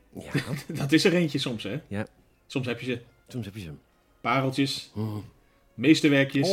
Ja. Dat is er eentje soms, hè? Ja. Soms heb je ze. Pareltjes. Meesterwerkjes.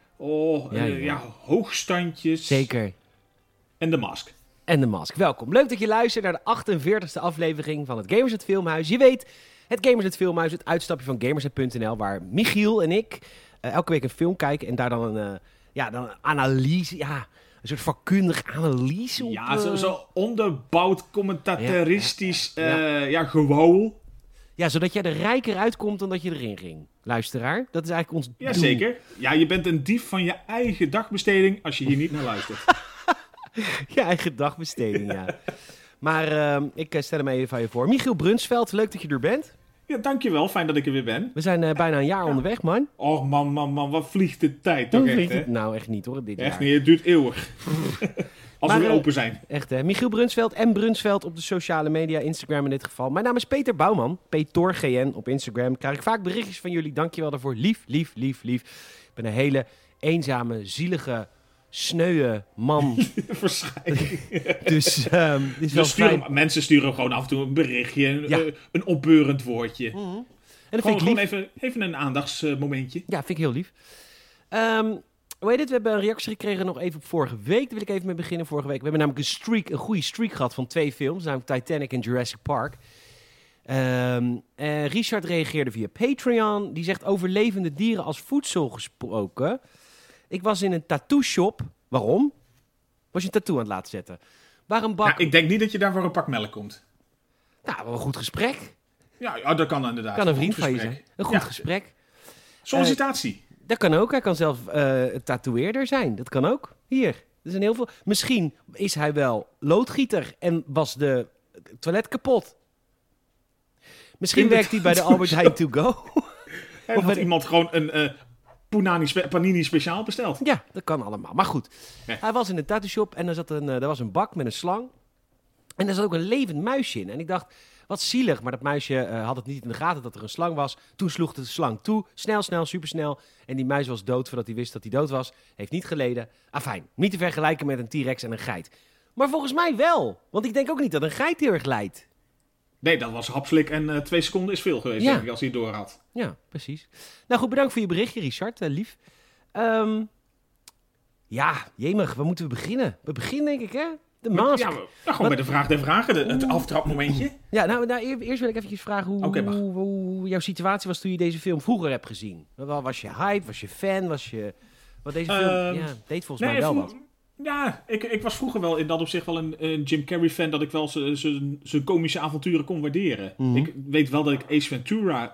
Hoogstandjes. Zeker. En de Mask. En de Mask. Welkom. Leuk dat je luistert naar de 48e aflevering van het Gamers het Filmhuis. Je weet, het Gamers het Filmhuis, het uitstapje van Gamersnet.nl, waar Michiel en ik elke week een film kijken en daar dan een analyse, een soort vakkundig analyse op. Ja, zo onderbouwd, commentaristisch, gewauwel. Ja, zodat jij er rijker uitkomt dan dat je erin ging. Luisteraar, dat is eigenlijk ons doel. Jazeker. Ja, je bent een dief van je eigen dagbesteding als je hier niet naar luistert. Je eigen dagbesteding, ja. Maar ik stel hem even aan je voor. Michiel Brunsveld, leuk dat je er bent. Ja, dankjewel. Fijn dat ik er weer ben. We zijn bijna een jaar onderweg, man. Oh, man. Wat vliegt de tijd toch echt, hè? Nou, echt niet, hoor, dit jaar. Echt niet, het duurt eeuwig. Als we weer open zijn. Echt, hè. Michiel Brunsveld en Brunsveld op de sociale media, Instagram in dit geval. Mijn naam is Peter Bouwman, PetorGN op Instagram. Krijg ik vaak berichtjes van jullie, dankjewel daarvoor. Lief. Ik ben een hele eenzame, zielige, sneuwe man. Waarschijnlijk. Dus dit is wel fijn. Mensen sturen gewoon af en toe een berichtje, een opbeurend woordje. Mm-hmm. En dat vind ik lief. Gewoon even een aandachtsmomentje. Ja, vind ik heel lief. Hoe heet het? We hebben een reactie gekregen nog even op vorige week. Daar wil ik even mee beginnen. Vorige week. We hebben namelijk een goede streak gehad van 2 films. Namelijk Titanic en Jurassic Park. Richard reageerde via Patreon. Die zegt over levende dieren als voedsel gesproken. Ik was in een tattoo shop. Waarom? Was je een tattoo aan het laten zetten? Waar een bak... Ja, ik denk niet dat je daar voor een pak melk komt. Nou, wel een goed gesprek. Ja, dat kan inderdaad. Kan een vriend van je zijn. Een goed gesprek. Sollicitatie. Dat kan ook. Hij kan zelf tatoeëerder zijn. Dat kan ook. Hier. Er zijn heel veel. Misschien is hij wel loodgieter en was de toilet kapot. Misschien werkt hij bij de Albert Heijn To Go. Of had iemand gewoon een panini speciaal besteld. Ja, dat kan allemaal. Maar goed. Ja. Hij was in een tattoo shop en er was een bak met een slang. En er zat ook een levend muisje in. En ik dacht, wat zielig. Maar dat muisje had het niet in de gaten dat er een slang was. Toen sloeg de slang toe. Snel, supersnel. En die muis was dood voordat hij wist dat hij dood was. Heeft niet geleden. Fijn. Niet te vergelijken met een T-Rex en een geit. Maar volgens mij wel. Want ik denk ook niet dat een geit heel erg lijdt. Nee, dat was hapslik en 2 seconden is veel geweest, denk ik, als hij het door had. Ja, precies. Nou goed, bedankt voor je berichtje, Richard. Lief. Jemig, waar moeten we beginnen? We beginnen, denk ik, hè? De Mask. Ja, gewoon met de vraag der vragen, het aftrapmomentje. Ja, nou eerst wil ik eventjes vragen hoe jouw situatie was toen je deze film vroeger hebt gezien. Was je hype? Was je fan? Wat deze film deed volgens mij wel wat. Ja, ik was vroeger wel in dat opzicht wel een Jim Carrey fan, dat ik wel zijn komische avonturen kon waarderen. Mm-hmm. Ik weet wel dat ik Ace Ventura,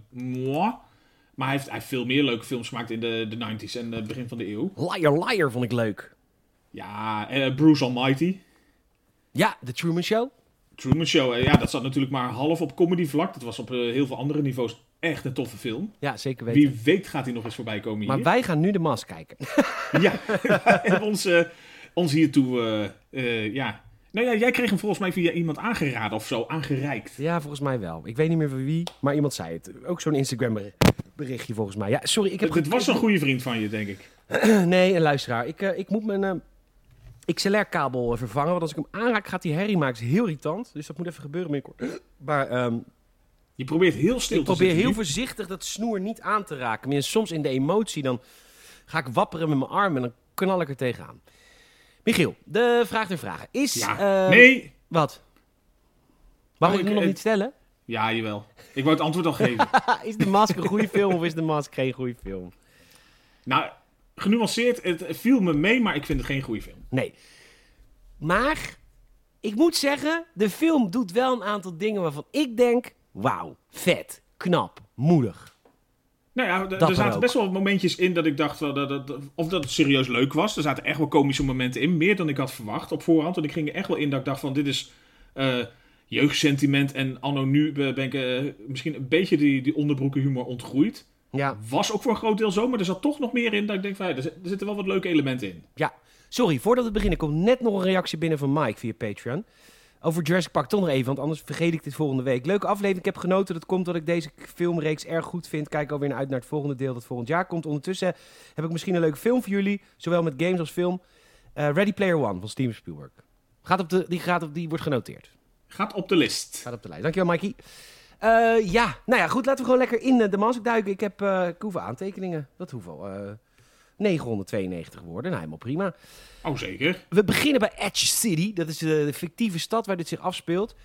maar hij heeft veel meer leuke films gemaakt in de 90s en het begin van de eeuw. Liar vond ik leuk. Ja, Bruce Almighty. Ja, The Truman Show. Truman Show, dat zat natuurlijk maar half op comedy vlak. Dat was op heel veel andere niveaus echt een toffe film. Ja, zeker weten. Wie weet gaat hij nog eens voorbij komen hier. Maar wij gaan nu de Mask kijken. Ja, wij hebben ons hiertoe, Nou ja, jij kreeg hem volgens mij via iemand aangeraden of zo, aangereikt. Ja, volgens mij wel. Ik weet niet meer van wie, maar iemand zei het. Ook zo'n Instagram berichtje volgens mij. Ja, sorry, Het was een goede vriend van je, denk ik. Nee, een luisteraar. Ik moet mijn XLR-kabel vervangen, want als ik hem aanraak gaat hij herrie maken. Dat is heel irritant, dus dat moet even gebeuren binnenkort. Maar je probeert heel stil te zitten. Ik probeer heel voorzichtig dat snoer niet aan te raken. Maar soms in de emotie dan ga ik wapperen met mijn arm en dan knal ik er tegenaan. Michiel, de vraag der vragen is... Ja, nee! Wat? Mag ik hem nog niet stellen? Ja, jawel. Ik wou het antwoord al geven. Is de Mask een goede film of is de Mask geen goede film? Nou, genuanceerd, het viel me mee, maar ik vind het geen goede film. Nee. Maar, ik moet zeggen, de film doet wel een aantal dingen waarvan ik denk... Wauw, vet, knap, moedig. Nou ja, er zaten best wel momentjes in dat ik dacht of dat het serieus leuk was. Er zaten echt wel komische momenten in, meer dan ik had verwacht op voorhand. Want ik ging er echt wel in dat ik dacht van dit is jeugdsentiment en anno nu ben ik misschien een beetje die onderbroekenhumor ontgroeid. Ja. Was ook voor een groot deel zo, maar er zat toch nog meer in dat ik denk van er zitten wel wat leuke elementen in. Ja, sorry, voordat we beginnen komt net nog een reactie binnen van Mike via Patreon. Over Jurassic Park toch nog even, want anders vergeet ik dit volgende week. Leuke aflevering, ik heb genoten. Dat komt dat ik deze filmreeks erg goed vind. Kijk alweer naar uit naar het volgende deel dat volgend jaar komt. Ondertussen heb ik misschien een leuke film voor jullie. Zowel met games als film. Ready Player One van Steven Spielberg. Die wordt genoteerd. Gaat op de lijst. Gaat op de lijst. Dankjewel, Mikey. Goed. Laten we gewoon lekker in de Mask duiken. Ik heb hoeveel aantekeningen? Hoeveel? 992 woorden. Nou, helemaal prima. Oh, zeker. We beginnen bij Edge City. Dat is de fictieve stad waar dit zich afspeelt.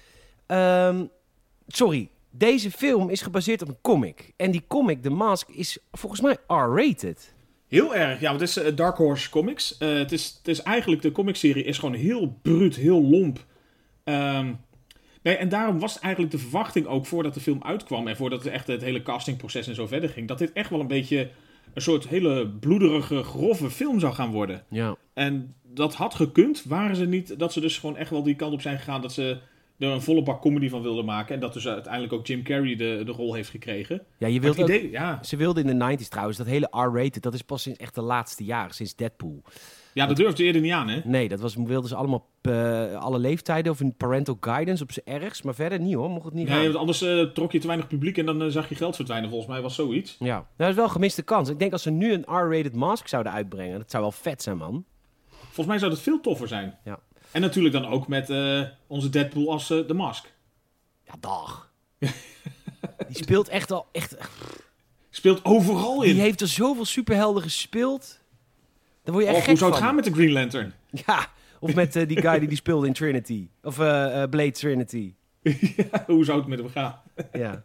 Deze film is gebaseerd op een comic. En die comic, The Mask, is volgens mij R-rated. Heel erg, ja. Het is Dark Horse Comics. Het is eigenlijk, de comicserie is gewoon heel bruut, heel lomp. En daarom was eigenlijk de verwachting ook voordat de film uitkwam en voordat het hele castingproces en zo verder ging, dat dit echt wel een beetje een soort hele bloederige, grove film zou gaan worden. Ja. En dat had gekund, waren ze niet, dat ze dus gewoon echt wel die kant op zijn gegaan dat ze er een volle bak comedy van wilden maken. En dat dus uiteindelijk ook Jim Carrey de rol heeft gekregen. Ja, ze wilden in de 90's trouwens, dat hele R-rated, dat is pas sinds echt de laatste jaren, sinds Deadpool. Ja, dat durfde eerder niet aan, hè? Nee, wilden ze allemaal alle leeftijden of een parental guidance op z'n ergst. Maar verder niet hoor, mocht het niet gaan. Want anders trok je te weinig publiek en dan zag je geld verdwijnen. Volgens mij was zoiets. Ja, dat is wel een gemiste kans. Ik denk als ze nu een R-rated Mask zouden uitbrengen, dat zou wel vet zijn, man. Volgens mij zou dat veel toffer zijn. Ja. En natuurlijk dan ook met onze Deadpool als de Mask. Ja, dag. Die speelt echt al... Speelt overal in. Die heeft er zoveel superhelden gespeeld. Dan word je echt gek hoe zou het van. gaan met de Green Lantern? Ja, of met die guy die speelde in Trinity. Of Blade Trinity. Ja, hoe zou het met hem gaan? Ja.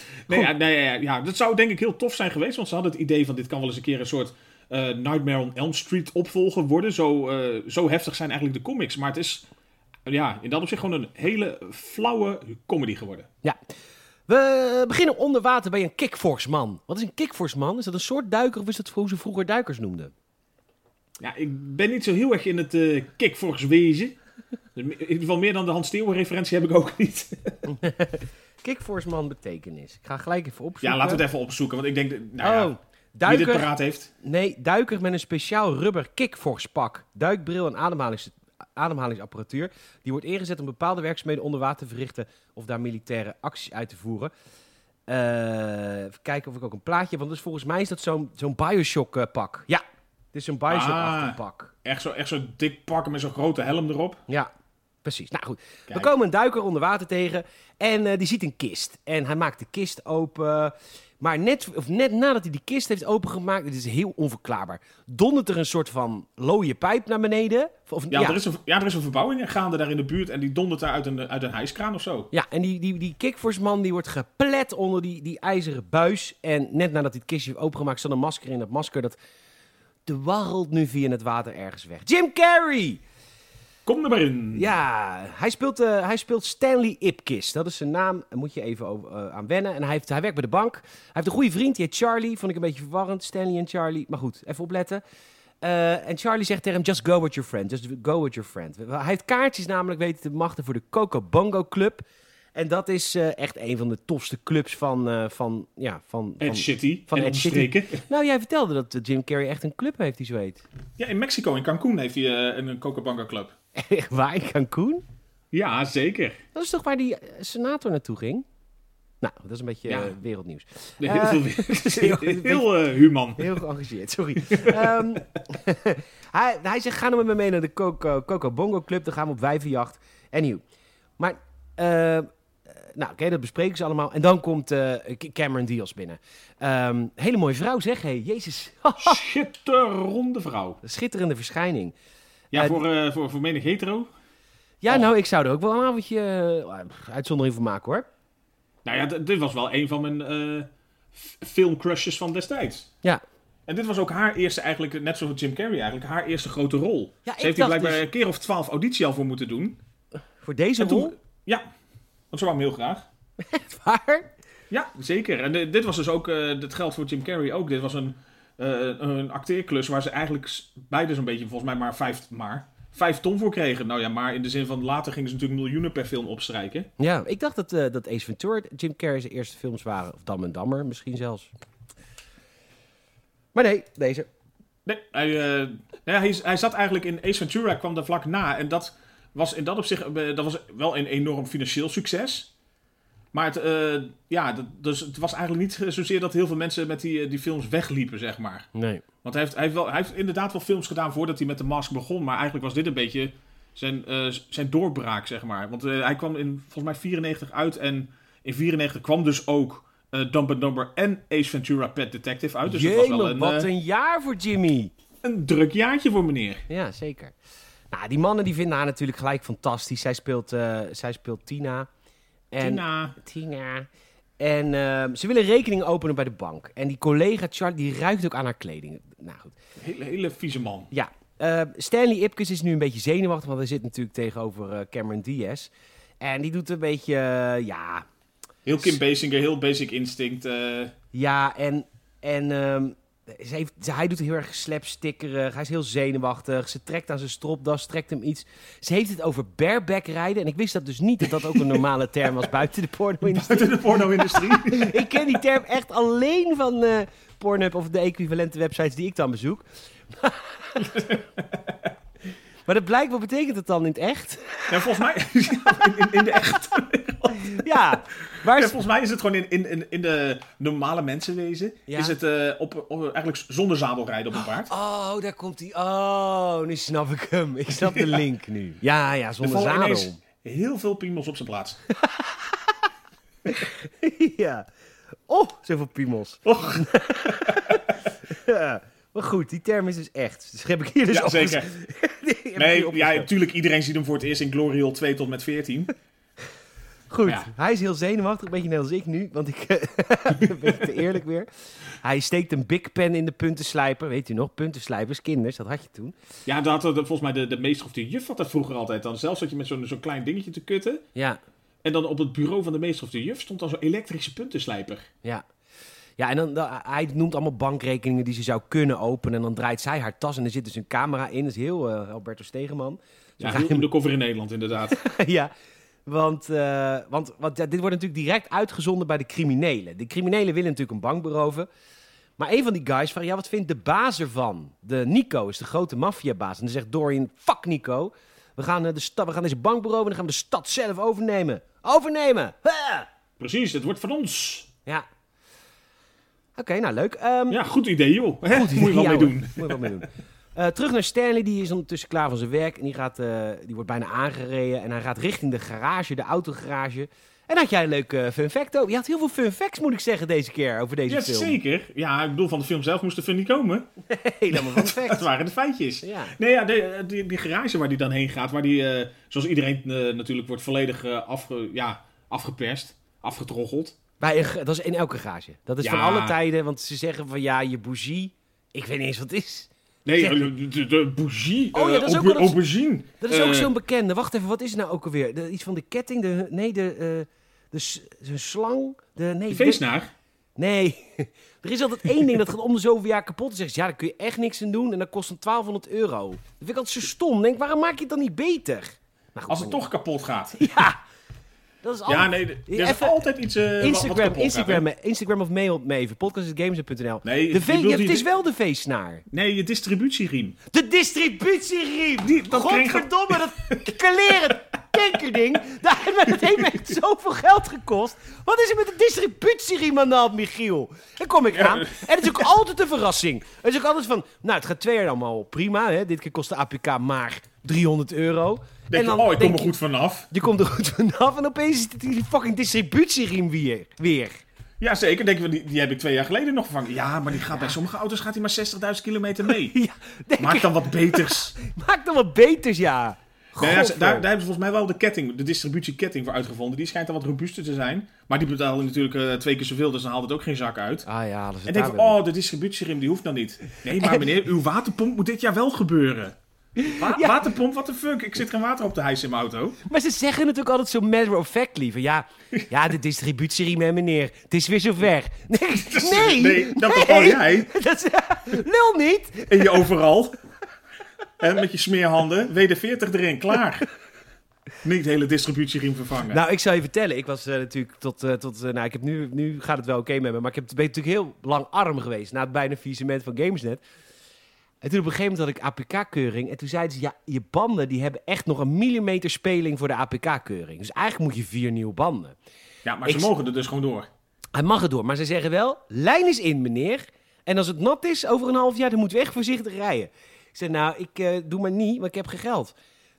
Nee, dat zou denk ik heel tof zijn geweest. Want ze hadden het idee van dit kan wel eens een keer een soort Nightmare on Elm Street opvolger worden. Zo heftig zijn eigenlijk de comics. Maar het is in dat opzicht gewoon een hele flauwe comedy geworden. Ja. We beginnen onder water bij een kickforce-man. Wat is een kickforce-man? Is dat een soort duiker of is dat hoe ze vroeger duikers noemden? Ja, ik ben niet zo heel erg in het kickforce wezen. In ieder geval meer dan de Hans Steeuwen referentie heb ik ook niet. Kickforce-man betekenis. Ik ga gelijk even opzoeken. Ja, laten we het even opzoeken. Want ik denk, duiker, wie dit paraat heeft. Nee, duiker met een speciaal rubber kickforce pak. Duikbril en ademhalingsapparatuur. Die wordt ingezet om bepaalde werkzaamheden onder water te verrichten of daar militaire acties uit te voeren. Even kijken of ik ook een plaatje... Want dus volgens mij is dat zo'n Bioshock pak. Ja, dit is zo'n Bioshock-achtig pak. Echt zo'n dik pak met zo'n grote helm erop. Ja, precies. Nou goed, we komen een duiker onder water tegen en die ziet een kist. En hij maakt de kist open... Maar net nadat hij die kist heeft opengemaakt, het is heel onverklaarbaar, dondert er een soort van looie pijp naar beneden. Er is een verbouwing gaande daar in de buurt en die dondert daar uit een hijskraan of zo. Ja, en die kickforce-man die wordt geplet onder die ijzeren buis. En net nadat hij het kistje heeft opengemaakt, staat een masker in. Dat masker dat dwarrelt nu via het water ergens weg. Jim Carrey! Kom er maar in. Ja, hij speelt Stanley Ipkiss. Dat is zijn naam. Daar moet je even aan wennen. En hij werkt bij de bank. Hij heeft een goede vriend, die heet Charlie. Vond ik een beetje verwarrend, Stanley en Charlie. Maar goed, even opletten. En Charlie zegt tegen hem, just go with your friend. Just go with your friend. Hij heeft kaartjes namelijk weten te bemachten voor de Coco Bongo Club. En dat is echt een van de tofste clubs van Ed City. Van Ed City. Nou, jij vertelde dat Jim Carrey echt een club heeft die zo heet. Ja, in Mexico, in Cancún heeft hij een Coco Bongo Club. Echt waar, in Cancún? Ja, zeker. Dat is toch waar die senator naartoe ging? Nou, dat is een beetje wereldnieuws. Heel human. Heel geëngageerd, sorry. Hij zegt, ga nou met me mee naar de Coco Bongo Club. Dan gaan we op wijvenjacht. Anyhow. Maar, dat bespreken ze allemaal. En dan komt Cameron Diaz binnen. Hele mooie vrouw, zeg. Hey, jezus. Schitterende vrouw. Schitterende verschijning. Ja, voor menig hetero. Ja, nou, ik zou er ook wel een avondje uitzondering voor maken, hoor. Nou ja, dit was wel een van mijn filmcrushes van destijds. Ja. En dit was ook haar eerste, eigenlijk, net zoals Jim Carrey eigenlijk, haar eerste grote rol. Ja, ze heeft hier blijkbaar een keer of 12 auditie al voor moeten doen. Voor deze rol? Ja, want ze wou hem heel graag. Echt waar? Ja, zeker. En dit was dus ook, dat geldt voor Jim Carrey ook. Dit was een acteerklus waar ze eigenlijk beide zo'n beetje, volgens mij maar 5 ton voor kregen. Nou ja, maar in de zin van later gingen ze natuurlijk miljoenen per film opstrijken. Ja, ik dacht dat Ace Ventura Jim Carrey's eerste films waren. Of Dam en Dammer misschien zelfs. Maar nee, deze. Nee, hij zat eigenlijk in Ace Ventura, kwam daar vlak na. En dat was in dat opzicht dat was wel een enorm financieel succes. Maar het was eigenlijk niet zozeer dat heel veel mensen met die films wegliepen, zeg maar. Nee. Want hij heeft inderdaad wel films gedaan voordat hij met The Mask begon. Maar eigenlijk was dit een beetje zijn doorbraak, zeg maar. Want hij kwam in volgens mij 94 uit en in 94 kwam dus ook Dumb & Dumber en Ace Ventura Pet Detective uit. Dus het was wel wat een jaar voor Jimmy. Een druk jaartje voor meneer. Ja, zeker. Nou, die mannen die vinden haar natuurlijk gelijk fantastisch. Zij speelt Tina. Tina. En ze willen rekening openen bij de bank. En die collega Charlie, die ruikt ook aan haar kleding. Nou goed. Hele vieze man. Ja. Stanley Ipkiss is nu een beetje zenuwachtig, want hij zit natuurlijk tegenover Cameron Diaz. En die doet een beetje, Heel Kim Basinger, heel Basic Instinct. Ja, en hij doet heel erg slapstickerig. Hij is heel zenuwachtig. Ze trekt aan zijn stropdas, trekt hem iets. Ze heeft het over bareback rijden. En ik wist dat dus niet dat ook een normale term was buiten de porno-industrie. Buiten de porno-industrie. Ik ken die term echt alleen van Pornhub of de equivalente websites die ik dan bezoek. Maar dat blijkt, wat betekent het dan in het echt? Ja, volgens mij in de echt. Ja, volgens mij is het gewoon in de normale mensenwezen. Ja? Is het eigenlijk zonder zadel rijden op een paard. Oh, daar komt hij. Oh, nu snap ik hem. Ik snap de link nu. Ja, zonder zadel. Heel veel piemels op zijn plaats. Ja. Oh, zoveel piemels. Och. Ja. Maar goed, die term is dus echt. Dus heb ik hier dus zeker. Natuurlijk, iedereen ziet hem voor het eerst in Glory Hole 2 tot met 14. Goed, hij is heel zenuwachtig, een beetje net als ik nu, want ik ben te eerlijk weer. Hij steekt een Big Pen in de puntenslijper, weet u nog, puntenslijpers, kinders, dat had je toen. Ja, dat had volgens mij de meester of de juf had dat vroeger altijd dan. Zelfs dat je met zo'n klein dingetje te kutten. Ja. En dan op het bureau van de meester of de juf stond dan zo'n elektrische puntenslijper. Ja. Ja, en dan, hij noemt allemaal bankrekeningen die ze zou kunnen openen. En dan draait zij haar tas en er zit dus een camera in. Dat is heel Alberto Stegeman. Ja, heel undercover in Nederland, inderdaad. Ja, want dit wordt natuurlijk direct uitgezonden bij de criminelen. De criminelen willen natuurlijk een bank beroven. Maar een van die guys vraagt, wat vindt de baas ervan? De Nico is de grote maffiabaas. En dan zegt Dorian, fuck Nico. We gaan deze bank beroven en dan gaan we de stad zelf overnemen. Overnemen! Ha! Precies, het wordt van ons. Ja. Oké, nou leuk. Ja, goed idee, joh. Moet je wel mee doen. Terug naar Stanley, die is ondertussen klaar van zijn werk. En die wordt bijna aangereden. En hij gaat richting de garage, de autogarage. En had jij een leuke fun fact over? Je had heel veel fun facts, moet ik zeggen, deze keer over deze film. Ja, zeker. Ja, ik bedoel, van de film zelf moest de fun niet komen. Helemaal van de facts. Dat waren de feitjes. Ja. Nee, ja, die garage waar die dan heen gaat, waar die, zoals iedereen natuurlijk, wordt volledig afgeperst, afgetroggeld. Dat is in elke garage. Dat is van alle tijden, want ze zeggen van je bougie, ik weet niet eens wat het is. Nee, de bougie, dat is ook aubergine. Dat is ook zo'n bekende. Wacht even, wat is het nou ook alweer? Iets van de ketting, zo'n slang. De feestnaar? Nee, er is altijd één ding dat gaat om de zoveel jaar kapot. Dan zeggen ze, daar kun je echt niks aan doen en dat kost dan €1200. Dat vind ik altijd zo stom. Denk, waarom maak je het dan niet beter? Nou, goed, als het toch kapot gaat. Ja. Dat is er is altijd iets Instagram of mail me even. podcast@games.nl. Nee, het is wel de feestnaar. Nee, je distributieriem. De distributieriem! Godverdomme, dat kaleren kankerding. Dat heeft me echt zoveel geld gekost. Wat is er met de distributieriem aan de hand, Michiel? Dan kom ik aan. En het is ook altijd een verrassing. Het is ook altijd van, het gaat 2 jaar allemaal prima. Hè? Dit keer kost de APK maar €300. Denk je, ik kom er goed vanaf. Je komt er goed vanaf en opeens is die fucking distributieriem weer. Ja, zeker. Denk je, die heb ik 2 jaar geleden nog vervangen. Ja, maar die gaat bij sommige auto's gaat hij maar 60.000 kilometer mee. Ja, maak dan wat beters. Maak dan wat beters, ja. Nee, daar hebben ze volgens mij wel de distributieketting voor uitgevonden. Die schijnt dan wat robuuster te zijn. Maar die betalen natuurlijk 2 keer zoveel, dus dan haalt het ook geen zak uit. Ah ja, dat is en denk van, de distributieriem die hoeft dan niet. Nee, maar meneer, uw waterpomp moet dit jaar wel gebeuren. Waterpomp, what the fuck? Ik zit geen water op te hijsen in mijn auto. Maar ze zeggen natuurlijk altijd zo matter of factly. Van de distributieriem, hè, meneer. Het is weer zover. Nee, dat bepaal jij. Lul niet. En je overal. En met je smeerhanden. WD-40 erin, klaar. Niet de hele distributieriem vervangen. Nou, ik zal je vertellen. Ik was natuurlijk ik heb nu gaat het wel oké met me. Maar ben natuurlijk heel lang arm geweest. Na het bijna faillissement van Gamesnet. En toen op een gegeven moment had ik APK-keuring. En toen zeiden ze, je banden die hebben echt nog 1 millimeter speling voor de APK-keuring. Dus eigenlijk moet je 4 nieuwe banden. Ja, maar ze mogen er dus gewoon door. Hij mag er door, maar ze zeggen wel, lijn is in, meneer. En als het nat is, over een half jaar, dan moeten we echt voorzichtig rijden. Ik zei, ik doe maar niet, maar ik heb geen geld.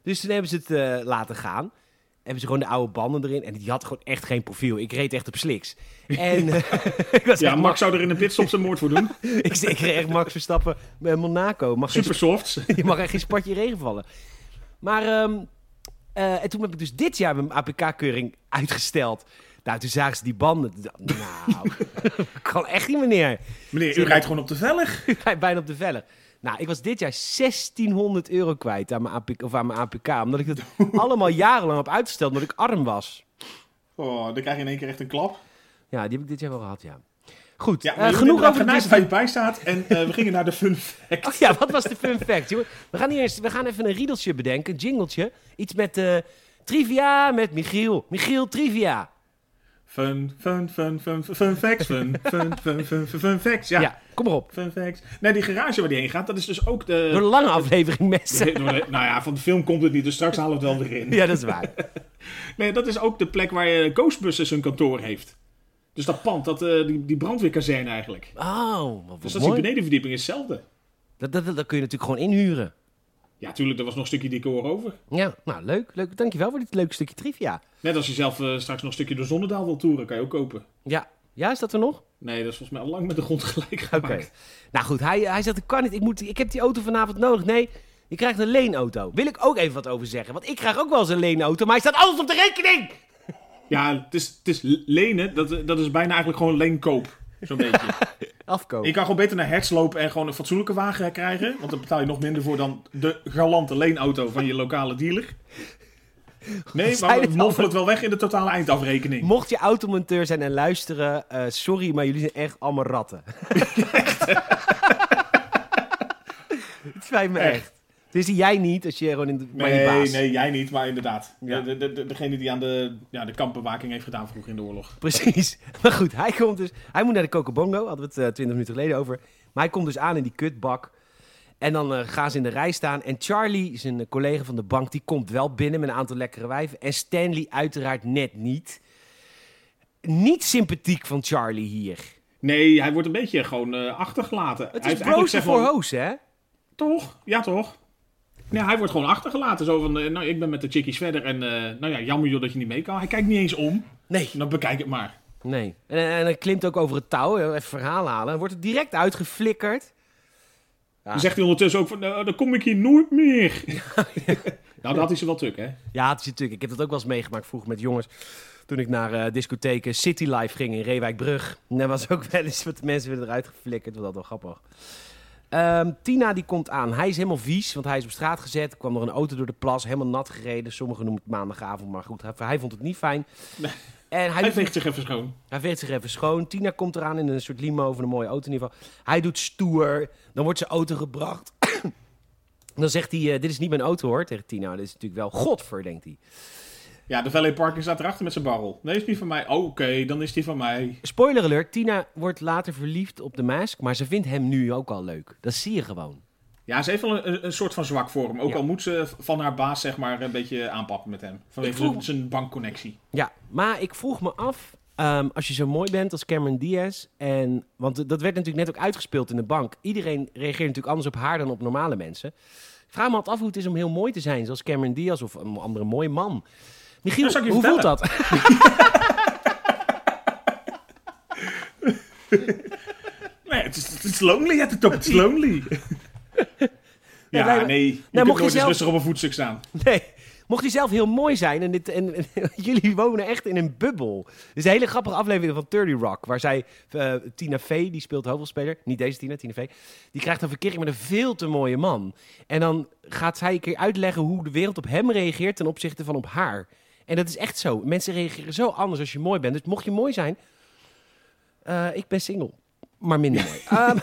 Dus toen hebben ze het laten gaan. Hebben ze gewoon de oude banden erin. En die had gewoon echt geen profiel. Ik reed echt op sliks. En, Max zou er in een pitstop zijn moord voor doen. ik reed echt Max Verstappen met Monaco. Super soft. Je mag echt geen spatje regen vallen. Maar en toen heb ik dus dit jaar mijn APK-keuring uitgesteld. Nou, toen zagen ze die banden. Nou, kan echt niet, meneer. Meneer, u rijdt gewoon op de velg. U rijdt bijna op de velg. Nou, ik was dit jaar €1.600 kwijt aan mijn APK. Omdat ik het allemaal jarenlang heb uitgesteld, omdat ik arm was. Oh, dan krijg je in één keer echt een klap. Ja, die heb ik dit jaar wel gehad, ja. Goed, ja, genoeg over de waar je bij staat. En we gingen naar de fun fact. Oh ja, wat was de fun fact? We gaan even een riedeltje bedenken, een jingletje. Iets met trivia met Michiel. Michiel, trivia. Fun facts. Fun facts, ja. Ja, kom maar op. Fun facts. Nee, die garage waar die heen gaat, dat is dus ook de... Door de lange aflevering mensen. Nou ja, van de film komt het niet, dus straks halen we het wel weer in. Ja, dat is waar. Nee, dat is ook de plek waar Ghostbusters een kantoor heeft. Dus dat pand, die brandweerkazerne eigenlijk. Oh, wat dus dat is die benedenverdieping, is hetzelfde. Dat kun je natuurlijk gewoon inhuren. Ja, tuurlijk, er was nog een stukje decor over. Ja, nou leuk. Dankjewel voor dit leuke stukje trivia. Net als je zelf straks nog een stukje door Zonnedaal wil toeren, kan je ook kopen. Ja, is dat er nog? Nee, dat is volgens mij al lang met de grond gelijk gemaakt. Oké. Nou goed, hij zegt, ik kan niet, ik heb die auto vanavond nodig. Nee, je krijgt een leenauto. Wil ik ook even wat over zeggen, want ik krijg ook wel eens een leenauto, maar hij staat alles op de rekening! Ja, het is lenen, dat is bijna eigenlijk gewoon leenkoop. Zo'n beetje. Afkoop. Je kan gewoon beter naar Hertz lopen en gewoon een fatsoenlijke wagen krijgen. Want dan betaal je nog minder voor dan de galante leenauto van je lokale dealer. Nee, maar we moffelen het wel weg in de totale eindafrekening. Mocht je automonteur zijn en luisteren, sorry, maar jullie zijn echt allemaal ratten. Het spijt me echt. Dus jij niet, als je gewoon in de... Nee, jij niet, maar inderdaad. Ja. Degene die aan de kampbewaking heeft gedaan vroeger in de oorlog. Precies. Maar goed, hij moet naar de Cocobongo, hadden we het 20 minuten geleden over. Maar hij komt dus aan in die kutbak. En dan gaan ze in de rij staan. En Charlie, zijn collega van de bank, die komt wel binnen met een aantal lekkere wijven. En Stanley uiteraard net niet. Niet sympathiek van Charlie hier. Nee, hij wordt een beetje gewoon achtergelaten. Het is brozen voor hoos, hè? Toch? Ja, toch? Ja, hij wordt gewoon achtergelaten. Zo van, ik ben met de chickies verder. En jammer joh dat je niet mee kan. Hij kijkt niet eens om. Nee. Dan bekijk het maar. Nee. En hij klimt ook over het touw. Even verhaal halen. Dan wordt het direct uitgeflikkerd. Ja. Dan zegt hij ondertussen ook van, dan kom ik hier nooit meer. Nou, dat had hij ze wel tuk, hè? Ja, het is natuurlijk. Ik heb dat ook wel eens meegemaakt vroeger met jongens. Toen ik naar discotheken City Life ging in Reewijk-Brug. En daar was ook wel eens wat mensen weer eruit geflikkerd. Dat was wel grappig. Tina die komt aan. Hij is helemaal vies, want hij is op straat gezet. Er kwam nog een auto door de plas, helemaal nat gereden. Sommigen noemen het maandagavond, maar goed, hij vond het niet fijn. Nee. En hij veegt zich even schoon. Hij veegt zich even schoon. Tina komt eraan in een soort limo of een mooie auto in ieder geval. Hij doet stoer. Dan wordt zijn auto gebracht. Dan zegt hij, dit is niet mijn auto hoor, tegen Tina. Dit is natuurlijk wel godver, denkt hij. Ja, de valet parking staat erachter met zijn barrel. Nee, is niet van mij. Oh, oké, dan is die van mij. Spoiler alert, Tina wordt later verliefd op de Mask, maar ze vindt hem nu ook al leuk. Dat zie je gewoon. Ja, ze heeft wel een soort van zwak voor hem. Ook al moet ze van haar baas zeg maar een beetje aanpakken met hem. Vanwege zijn bankconnectie. Ja, maar ik vroeg me af, als je zo mooi bent als Cameron Diaz, want dat werd natuurlijk net ook uitgespeeld in de bank. Iedereen reageert natuurlijk anders op haar dan op normale mensen. Ik vraag me altijd af hoe het is om heel mooi te zijn, zoals Cameron Diaz of een andere mooie man. Michiel, hoe voelt dat? Nee, het is lonely at the top. Het is lonely. Nee. Je kunt nooit eens rustig op een voetstuk staan. Nee, mocht hij zelf heel mooi zijn en jullie wonen echt in een bubbel. Dit is een hele grappige aflevering van 30 Rock, waar zij, Tina Fey, die speelt de hoofdrolspeler, niet deze Tina Fey, die krijgt een verkering met een veel te mooie man. En dan gaat zij een keer uitleggen hoe de wereld op hem reageert ten opzichte van op haar. En dat is echt zo. Mensen reageren zo anders als je mooi bent. Dus mocht je mooi zijn, ik ben single, maar minder mooi.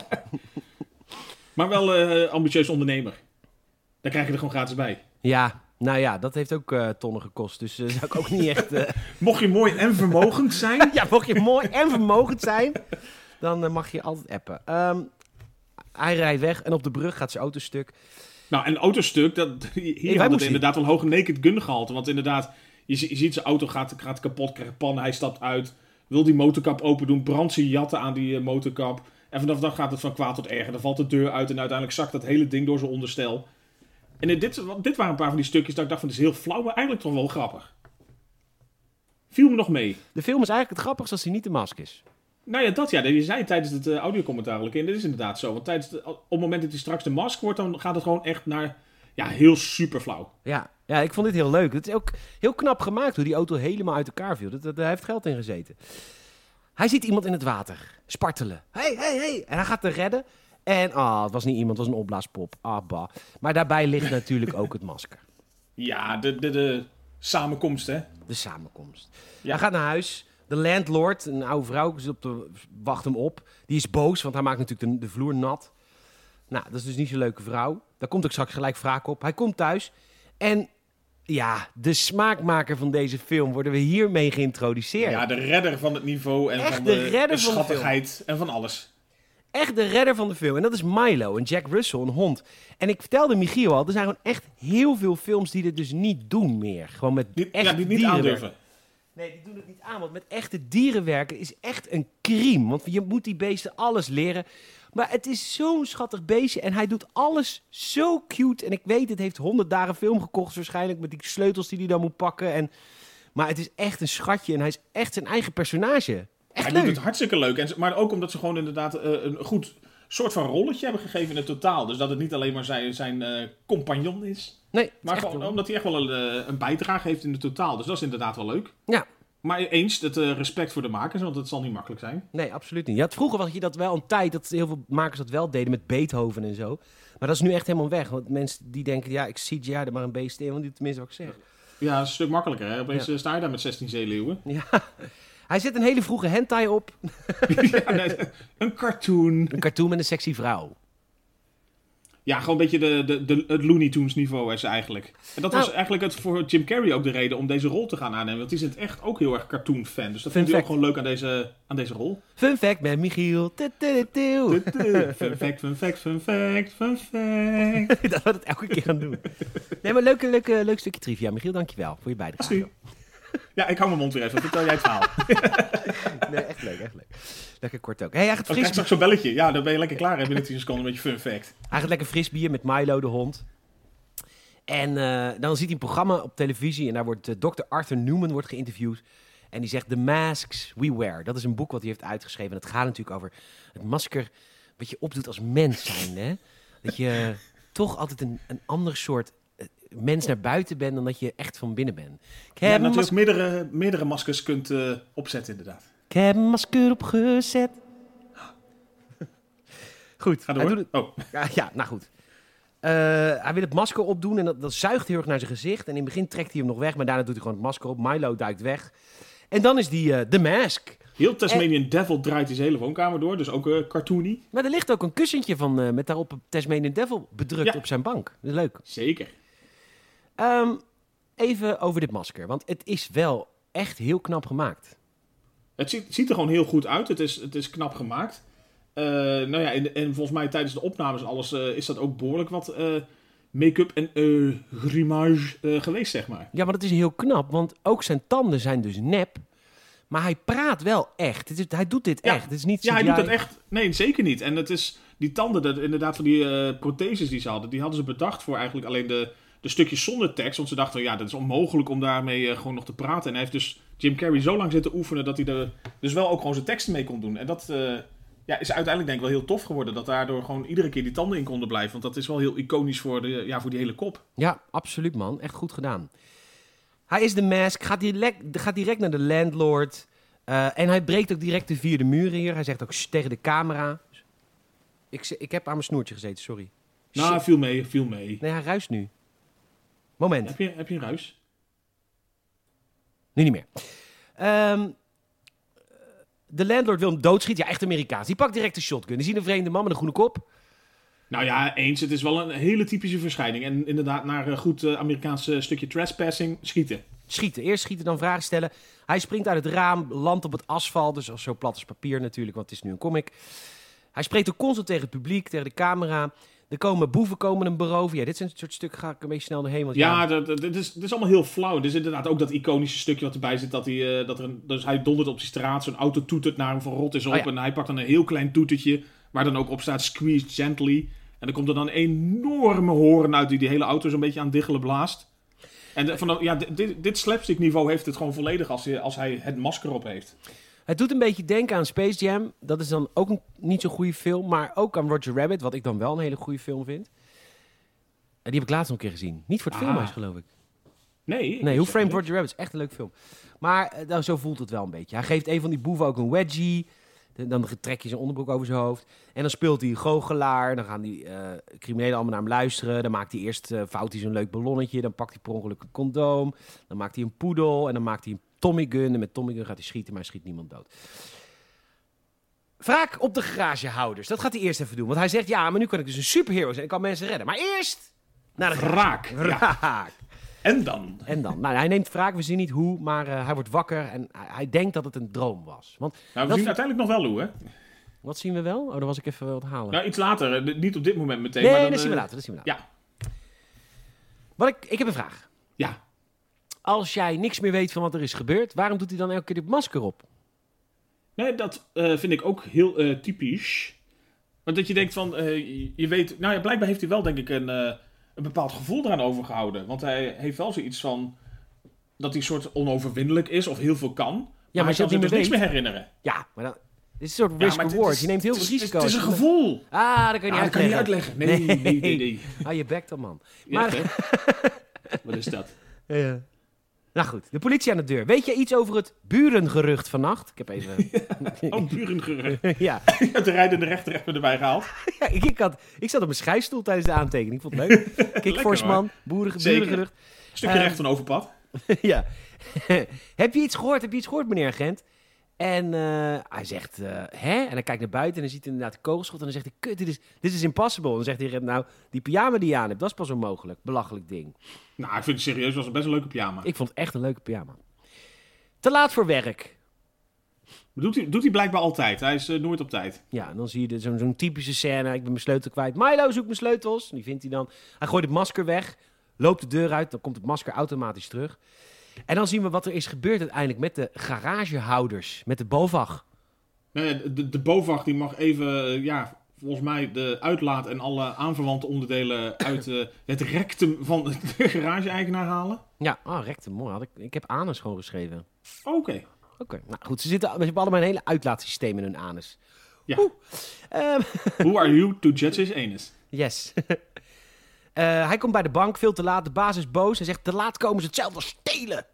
Maar wel ambitieus ondernemer. Daar krijg je er gewoon gratis bij. Ja, nou ja, dat heeft ook tonnen gekost. Dus zou ik ook niet echt... Mocht je mooi en vermogend zijn... Ja, mocht je mooi en vermogend zijn, dan mag je altijd appen. Hij rijdt weg en op de brug gaat zijn auto stuk. Nou, en autostuk, hier had het inderdaad wel hoge naked gun gehalte. Want inderdaad, je ziet zijn auto gaat kapot, krijgt pannen, hij stapt uit. Wil die motorkap open doen, brandt zijn jatten aan die motorkap. En vanaf dan gaat het van kwaad tot erger. Dan valt de deur uit en uiteindelijk zakt dat hele ding door zijn onderstel. En dit waren een paar van die stukjes dat ik dacht van, dit is heel flauw, maar eigenlijk toch wel grappig. Viel me nog mee. De film is eigenlijk het grappigste als hij niet de mask is. Nou ja, je zei tijdens het audiocommentaar al, en dit is inderdaad zo. Want op het moment dat hij straks de mask wordt, dan gaat het gewoon echt naar, heel super flauw. Ja, ik vond dit heel leuk. Het is ook heel knap gemaakt hoe die auto helemaal uit elkaar viel. Daar heeft geld in gezeten. Hij ziet iemand in het water spartelen. Hey. En hij gaat er redden. En het was niet iemand, het was een opblaaspop. Bah. Maar daarbij ligt natuurlijk ook het masker. Ja, de samenkomst, hè? De samenkomst. Ja. Hij gaat naar huis. De landlord, een oude vrouw, wacht hem op. Die is boos, want hij maakt natuurlijk de vloer nat. Nou, dat is dus niet zo'n leuke vrouw. Daar komt ook straks gelijk wraak op. Hij komt thuis. En ja, de smaakmaker van deze film worden we hiermee geïntroduceerd. Ja, de redder van het niveau en echt van de schattigheid en van alles. Echt de redder van de film. En dat is Milo, een Jack Russell, een hond. En ik vertelde Michiel al, er zijn gewoon echt heel veel films die dit dus niet doen meer. Gewoon met echte die niet aandurven. Nee, die doen het niet aan. Want met echte dieren werken is echt een crime. Want je moet die beesten alles leren. Maar het is zo'n schattig beestje. En hij doet alles zo cute. En ik weet, het heeft 100 dagen film gekocht waarschijnlijk. Met die sleutels die hij dan moet pakken. Maar het is echt een schatje. En hij is echt zijn eigen personage. Echt hij leuk. doet het hartstikke leuk. Maar ook omdat ze gewoon inderdaad een goed soort van rolletje hebben gegeven in het totaal. Dus dat het niet alleen maar zijn compagnon is. Nee, maar gewoon omdat hij echt wel een bijdrage heeft in het totaal. Dus dat is inderdaad wel leuk. Ja. Maar eens, het respect voor de makers, want het zal niet makkelijk zijn. Nee, absoluut niet. Vroeger was je dat wel een tijd, dat heel veel makers dat wel deden met Beethoven en zo. Maar dat is nu echt helemaal weg. Want mensen die denken, ik CGI er maar een beest in, want die tenminste wat ik zeg. Ja, dat is een stuk makkelijker. Hè? Opeens sta je daar met 16 zeeleeuwen. Ja. Hij zet een hele vroege hentai op. Een cartoon. Een cartoon met een sexy vrouw. Ja, gewoon een beetje het Looney Tunes niveau is eigenlijk. En dat was eigenlijk voor Jim Carrey ook de reden om deze rol te gaan aannemen. Want die is in het echt ook heel erg cartoon fan. Dus dat vond hij ook gewoon leuk aan deze rol. Fun fact met Michiel. Fun fact. Dat wordt het elke keer gaan doen. Nee, maar leuk stukje trivia. Michiel, dankjewel voor je bijdrage. Ja, ik hou mijn mond weer even. Vertel jij het verhaal. Nee, echt leuk. Lekker kort ook. Hey, hij gaat krijg straks zo'n belletje. Ja, dan ben je lekker klaar binnen 10 seconden met je fun fact. Hij gaat lekker fris bier met Milo, de hond. En dan ziet hij een programma op televisie. En daar wordt Dr. Arthur Newman wordt geïnterviewd. En die zegt, The Masks We Wear. Dat is een boek wat hij heeft uitgeschreven. En het gaat natuurlijk over het masker wat je opdoet als mens zijn. Hè? Dat je toch altijd een ander soort mens naar buiten bent dan dat je echt van binnen bent. Je natuurlijk meerdere maskers kunt opzetten, inderdaad. Ik heb een masker opgezet. Goed. Ga door. Ja, nou goed. Hij wil het masker opdoen en dat zuigt heel erg naar zijn gezicht. En in het begin trekt hij hem nog weg, maar daarna doet hij gewoon het masker op. Milo duikt weg. En dan is die The Mask. Heel Tasmanian Devil draait die hele woonkamer door, dus ook cartoony. Maar er ligt ook een kussentje van met daarop Tasmanian Devil bedrukt op zijn bank. Dat is leuk. Zeker. Even over dit masker, want het is wel echt heel knap gemaakt. Het ziet er gewoon heel goed uit. Het is knap gemaakt. En volgens mij tijdens de opnames en alles is dat ook behoorlijk wat make-up en grimage geweest, zeg maar. Ja, maar dat is heel knap, want ook zijn tanden zijn dus nep. Maar hij praat wel echt. Hij doet dit echt. Het is niet hij doet het echt. Nee, zeker niet. En het is die tanden, inderdaad van die protheses die ze hadden, die hadden ze bedacht voor eigenlijk alleen de stukjes zonder tekst. Want ze dachten, dat is onmogelijk om daarmee gewoon nog te praten. En hij heeft dus Jim Carrey zo lang zitten oefenen dat hij er dus wel ook gewoon zijn teksten mee kon doen. En dat is uiteindelijk denk ik wel heel tof geworden. Dat daardoor gewoon iedere keer die tanden in konden blijven. Want dat is wel heel iconisch voor die hele kop. Ja, absoluut man. Echt goed gedaan. Hij is de Mask, gaat direct naar de landlord. En hij breekt ook direct de 4e muur hier. Hij zegt ook tegen de camera. Ik heb aan mijn snoertje gezeten, sorry. Nou, viel mee. Nee, hij ruist nu. Moment. Heb je een ruis? Nu niet meer. De landlord wil hem doodschieten. Ja, echt Amerikaans. Die pakt direct de shotgun. Die ziet een vreemde man met een groene kop. Nou ja, eens. Het is wel een hele typische verschijning. En inderdaad, naar een goed Amerikaans stukje trespassing, schieten. Eerst schieten, dan vragen stellen. Hij springt uit het raam, landt op het asfalt. Dus zo plat als papier natuurlijk, want het is nu een comic. Hij spreekt ook constant tegen het publiek, tegen de camera. Boeven komen hem beroven. Ja, dit zijn het soort stukken, ga ik een beetje snel doorheen. Want dit is allemaal heel flauw. Er is inderdaad ook dat iconische stukje wat erbij zit. Dus hij dondert op die straat. Zo'n auto toetert naar hem van rot is op. En hij pakt dan een heel klein toetertje. Waar dan ook op staat squeeze gently. En er komt er dan een enorme hoorn uit die hele auto zo'n beetje aan het diggelen blaast. En dit slapstick niveau heeft het gewoon volledig als hij het masker op heeft. Het doet een beetje denken aan Space Jam. Dat is dan ook niet zo'n goede film. Maar ook aan Roger Rabbit, wat ik dan wel een hele goede film vind. Die heb ik laatst nog een keer gezien. Niet voor het filmhuis, geloof ik. Nee, Who Framed Roger Rabbit is echt een leuk film. Maar zo voelt het wel een beetje. Hij geeft een van die boeven ook een wedgie. Dan trek je zijn onderbroek over zijn hoofd. En dan speelt hij een goochelaar. Dan gaan die criminelen allemaal naar hem luisteren. Dan maakt hij eerst fout hij zo'n leuk ballonnetje. Dan pakt hij per ongeluk een condoom. Dan maakt hij een poedel. En dan maakt hij een Tommy gun. En met Tommy gun gaat hij schieten, maar hij schiet niemand dood. Wraak op de garagehouders. Dat gaat hij eerst even doen. Want hij zegt, ja, maar nu kan ik dus een superhero zijn. Ik kan mensen redden. Maar eerst naar de wraak. Ja. En dan? Nou, hij neemt wraak, we zien niet hoe, maar hij wordt wakker en hij denkt dat het een droom was. Want we zien uiteindelijk nog wel hoe, hè? Wat zien we wel? Oh, dan was ik even wat halen. Nou, iets later. Niet op dit moment meteen. Nee, maar dan, dat zien we later. Ja. Ik heb een vraag. Ja. Als jij niks meer weet van wat er is gebeurd, waarom doet hij dan elke keer dit masker op? Nee, dat vind ik ook heel typisch. Want dat je denkt van, je weet... Nou ja, blijkbaar heeft hij wel, denk ik, een bepaald gevoel eraan overgehouden. Want hij heeft wel zoiets van dat hij soort onoverwinnelijk is of heel veel kan. Maar hij kan zich dus niks meer herinneren. Ja, maar dan... Dit is een soort risk-reward. Je neemt heel veel risico's. Het is een gevoel. Dat kan je niet uitleggen. Nee. Hou je bek dan, man. Maar... Wat is dat? Ja. Nou goed, de politie aan de deur. Weet je iets over het burengerucht vannacht? Ik heb even... burengerucht. Ja. Je hebt de rijdende rechter even erbij gehaald. Ja, ik zat op mijn schrijfstoel tijdens de aantekening. Ik vond het leuk. Kik Forsman, burengerucht. Een stukje recht van overpad. Ja. Heb je iets gehoord, meneer agent? En hij zegt, hè? En hij kijkt naar buiten en dan ziet hij inderdaad de kogelschot. En dan zegt hij, kut, dit is impossible. En dan zegt hij, nou, die pyjama die je aan hebt, dat is pas onmogelijk. Belachelijk ding. Nou, ik vind het serieus, was best een leuke pyjama. Ik vond het echt een leuke pyjama. Te laat voor werk. Doet hij blijkbaar altijd. Hij is nooit op tijd. Ja, en dan zie je zo'n typische scène. Ik ben mijn sleutel kwijt. Milo, zoek mijn sleutels. Die vindt hij dan. Hij gooit het masker weg. Loopt de deur uit. Dan komt het masker automatisch terug. En dan zien we wat er is gebeurd uiteindelijk met de garagehouders. Met de BOVAG. De BOVAG die mag even, volgens mij de uitlaat en alle aanverwante onderdelen uit het rectum van de garage-eigenaar halen. Ja, rectum, mooi. Ik heb anus gewoon geschreven. Oké. Nou goed, ze hebben allemaal een hele uitlaatsysteem in hun anus. Ja. Who are you to judge his anus? Yes. Hij komt bij de bank, veel te laat. De baas is boos. Hij zegt, te laat komen ze hetzelfde stelen.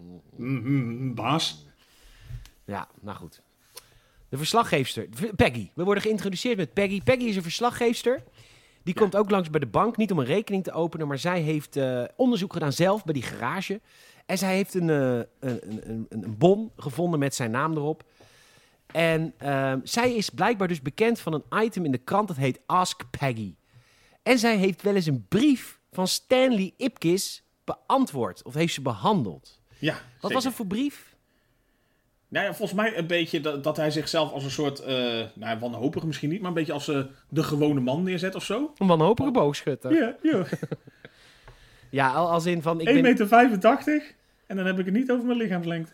Baas? Ja, nou goed. De verslaggeefster, Peggy. We worden geïntroduceerd met Peggy. Peggy is een verslaggeefster. Die komt ook langs bij de bank. Niet om een rekening te openen, maar zij heeft onderzoek gedaan zelf bij die garage. En zij heeft een bon gevonden met zijn naam erop. En zij is blijkbaar dus bekend van een item in de krant. Dat heet Ask Peggy. En zij heeft wel eens een brief van Stanley Ipkiss beantwoord. Of heeft ze behandeld. Ja, Wat was het voor brief? Nou ja, volgens mij een beetje dat hij zichzelf als een soort... wanhopig misschien niet, maar een beetje als de gewone man neerzet of zo. Een wanhopige boogschutter. Ja. Ja, als in van... 1,85 meter en dan heb ik het niet over mijn lichaamslengte.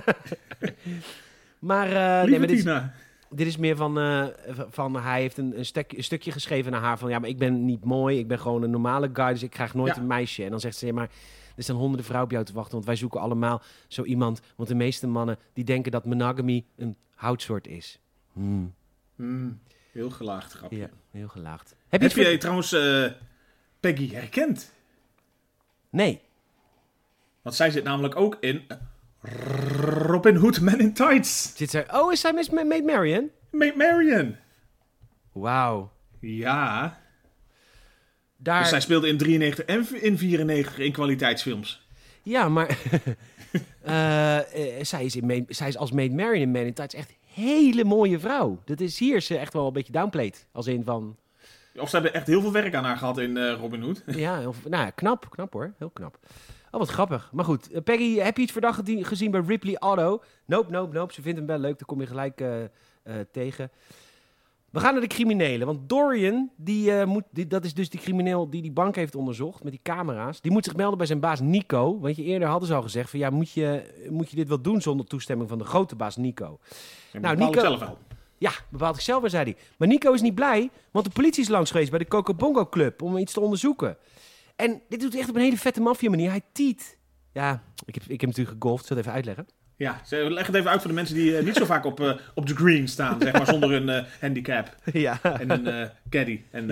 Maar... Tina. Dit is meer van hij heeft een stukje geschreven naar haar van... Ja, maar ik ben niet mooi, ik ben gewoon een normale guy, dus ik krijg nooit een meisje. En dan zegt ze, ja, maar er staan honderden vrouwen op jou te wachten, want wij zoeken allemaal zo iemand. Want de meeste mannen die denken dat monogamy een houtsoort is. Heel gelaagd grapje. Ja, heel gelaagd. Heb je trouwens Peggy herkend? Nee. Want zij zit namelijk ook in Robin Hood Men in Tights. Is zij Maid Marian? Maid Marian. Wauw. Ja. Dus zij speelde in 93 en in 94 in kwaliteitsfilms. Ja, maar zij is als Maid Marian in Men in Tights echt een hele mooie vrouw. Hier is ze echt wel een beetje downplayed. Als in van... Of ze hebben echt heel veel werk aan haar gehad in Robin Hood. Ja, knap hoor. Heel knap. Oh, wat grappig. Maar goed, Peggy, heb je iets verdacht gezien bij Ripley Otto? Nope. Ze vindt hem wel leuk, daar kom je gelijk tegen. We gaan naar de criminelen, want Dorian, dat is dus die crimineel die bank heeft onderzocht met die camera's. Die moet zich melden bij zijn baas Nico. Want eerder hadden ze al gezegd van moet je dit wel doen zonder toestemming van de grote baas Nico. Nico zelf wel. Ja, bepaalt zichzelf, zei hij. Maar Nico is niet blij, want de politie is langs geweest bij de Coco Bongo Club om iets te onderzoeken. En dit doet hij echt op een hele vette maffia manier. Hij tiet. Ja, ik heb natuurlijk gegolfd. Zal ik het even uitleggen? Ja, leg het even uit voor de mensen die niet zo vaak op de green staan, zeg maar, zonder een handicap. Ja. En een caddy. En,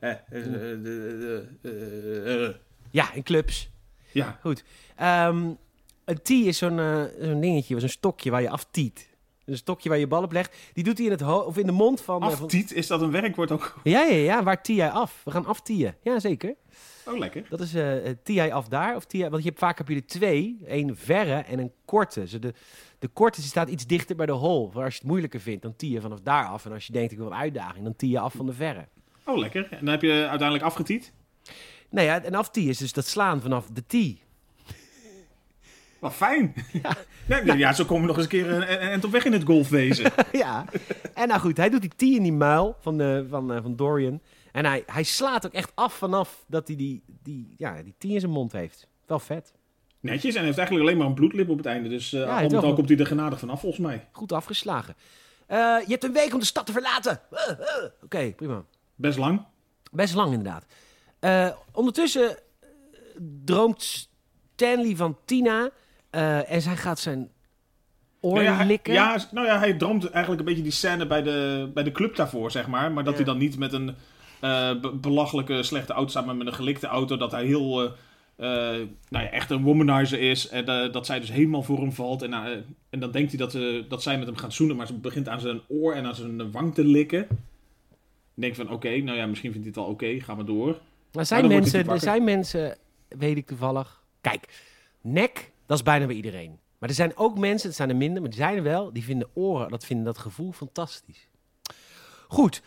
ja, in clubs. Ja. Goed. Een tee is zo'n dingetje, zo'n stokje waar je aftiet. Een stokje waar je bal op legt. Die doet hij in de mond van... Aftiet, is dat een werkwoord ook? Ja. Waar tie jij af? We gaan aftieën. Ja, zeker. Oh, lekker. Dat is tie jij af daar. Of want vaak heb je er twee. Een verre en een korte. Dus de korte staat iets dichter bij de hole. Als je het moeilijker vindt, dan tie je vanaf daar af. En als je denkt, ik wil een uitdaging, dan tie je af van de verre. Oh, lekker. En dan heb je uiteindelijk afgetiet? Nou ja, en aftieën is dus dat slaan vanaf de tee. Wat fijn. Ja, zo komen we nog eens een keer en op weg in het golfwezen. Ja. En nou goed, hij doet die tee in die muil van Dorian. En hij slaat ook echt af vanaf dat hij die tee in zijn mond heeft. Wel vet. Netjes, en hij heeft eigenlijk alleen maar een bloedlip op het einde. Dus al met al komt hij er genadig vanaf, volgens mij. Goed afgeslagen. Je hebt een week om de stad te verlaten. Oké, prima. Best lang. Best lang, inderdaad. Ondertussen droomt Stanley van Tina. En zij gaat zijn oor likken. Hij droomt eigenlijk een beetje die scène bij de club daarvoor, zeg maar. Maar dat hij dan niet met een belachelijke slechte auto staat, maar met een gelikte auto. Dat hij heel echt een womanizer is. En dat zij dus helemaal voor hem valt. En dan denkt hij dat zij met hem gaat zoenen. Maar ze begint aan zijn oor en aan zijn wang te likken. Dan denk ik van misschien vindt hij het al oké, ga maar door. Er zijn mensen, weet ik toevallig. Kijk, nek, dat is bijna bij iedereen. Maar er zijn ook mensen, dat zijn er minder, maar die zijn er wel, die vinden oren, vinden dat gevoel fantastisch. Goed.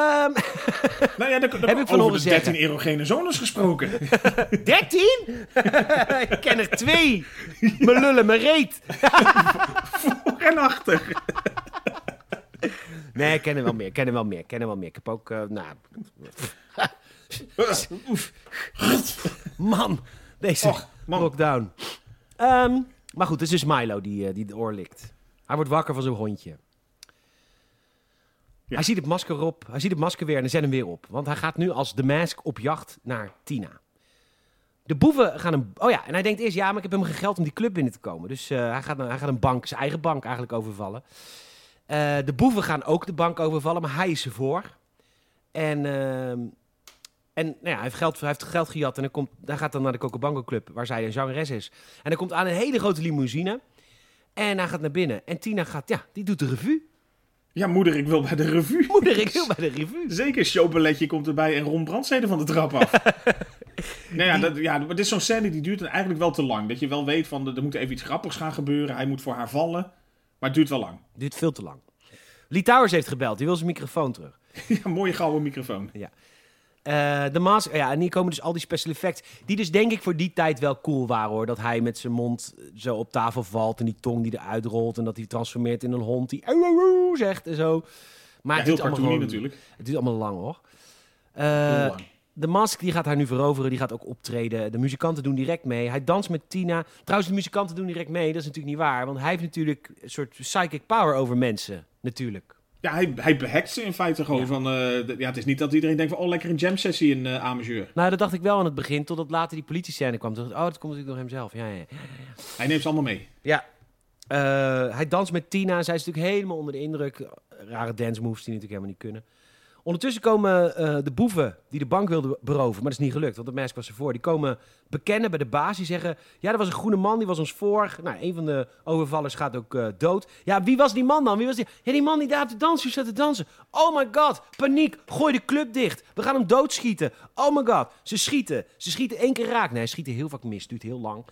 Heb ik van over de 13 erogene zones gesproken. 13? Ik ken er 2. Mijn lullen, mijn reet. Voor en achter. Nee, ik ken er wel meer. Ik heb ook, Man, deze lockdown. Maar goed, het is dus Milo die het oor likt. Hij wordt wakker van zijn hondje. Ja. Hij ziet het masker op, hij ziet het masker weer en hij zet hem weer op. Want hij gaat nu als The Mask op jacht naar Tina. De boeven gaan hem... Oh ja, en hij denkt eerst, maar ik heb hem geen geld om die club binnen te komen. Dus hij gaat een bank, zijn eigen bank eigenlijk overvallen. De boeven gaan ook de bank overvallen, maar hij is ervoor. En hij heeft geld gejat en hij gaat dan naar de Coco Bongo Club, waar zij een zangeres is. En hij komt aan een hele grote limousine. En hij gaat naar binnen. En Tina die doet de revue. Ja, moeder, ik wil bij de revue. Zeker, showballetje komt erbij en Ron Brandstede van de trap af. Maar dit is zo'n scène die duurt eigenlijk wel te lang. Dat je wel weet van, er moet even iets grappigs gaan gebeuren. Hij moet voor haar vallen. Maar het duurt wel lang. Het duurt veel te lang. Lee Towers heeft gebeld. Die wil zijn microfoon terug. Ja, mooie gouden microfoon. Ja. De mask, en hier komen dus al die special effects, die dus denk ik voor die tijd wel cool waren, hoor. Dat hij met zijn mond zo op tafel valt en die tong die eruit rolt en dat hij transformeert in een hond die zegt en zo. Maar heel cartoony natuurlijk. Het duurt allemaal lang, hoor. Heel lang. De Mask die gaat haar nu veroveren, die gaat ook optreden. De muzikanten doen direct mee. Hij danst met Tina. Trouwens, de muzikanten doen direct mee. Dat is natuurlijk niet waar, want hij heeft natuurlijk een soort psychic power over mensen, natuurlijk. Ja, hij behackt ze in feite gewoon van... het is niet dat iedereen denkt van... lekker een jam sessie in Amateur. Nou, dat dacht ik wel aan het begin, totdat later die politie-scène kwam. Toen dacht ik, dat komt natuurlijk door hemzelf. Ja. Hij neemt ze allemaal mee. Ja. Hij danst met Tina. Zij is natuurlijk helemaal onder de indruk. Rare dance moves die natuurlijk helemaal niet kunnen. Ondertussen komen de boeven die de bank wilden beroven, maar dat is niet gelukt, want de Mask was ervoor. Die komen bekennen bij de baas, die zeggen, ja, er was een groene man, die was ons voor. Nou, een van de overvallers gaat ook dood. Ja, wie was die man dan? Wie was die? Ja, die man die daar op de dansvloer zat te dansen. Oh my god, paniek, gooi de club dicht. We gaan hem doodschieten. Oh my god, ze schieten 1 keer raak. Nee, schieten heel vaak mis, duurt heel lang.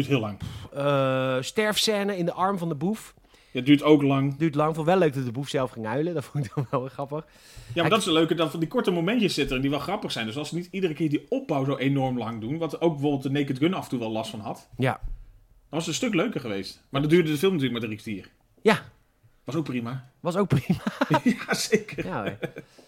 Sterfscène in de arm van de boef. Ja, het duurt ook lang. Duurt lang. Vond wel leuk dat de boef zelf ging huilen. Dat vond ik dan wel weer grappig. Ja, maar dat is het leuke. Dat van die korte momentjes zitten die wel grappig zijn. Dus als ze niet iedere keer die opbouw zo enorm lang doen. Wat ook bijvoorbeeld de Naked Gun af en toe wel last van had. Ja. Dan was het een stuk leuker geweest. Maar dan duurde de film natuurlijk maar 3 kwartier. Ja. Was ook prima. Ja, zeker. Ja,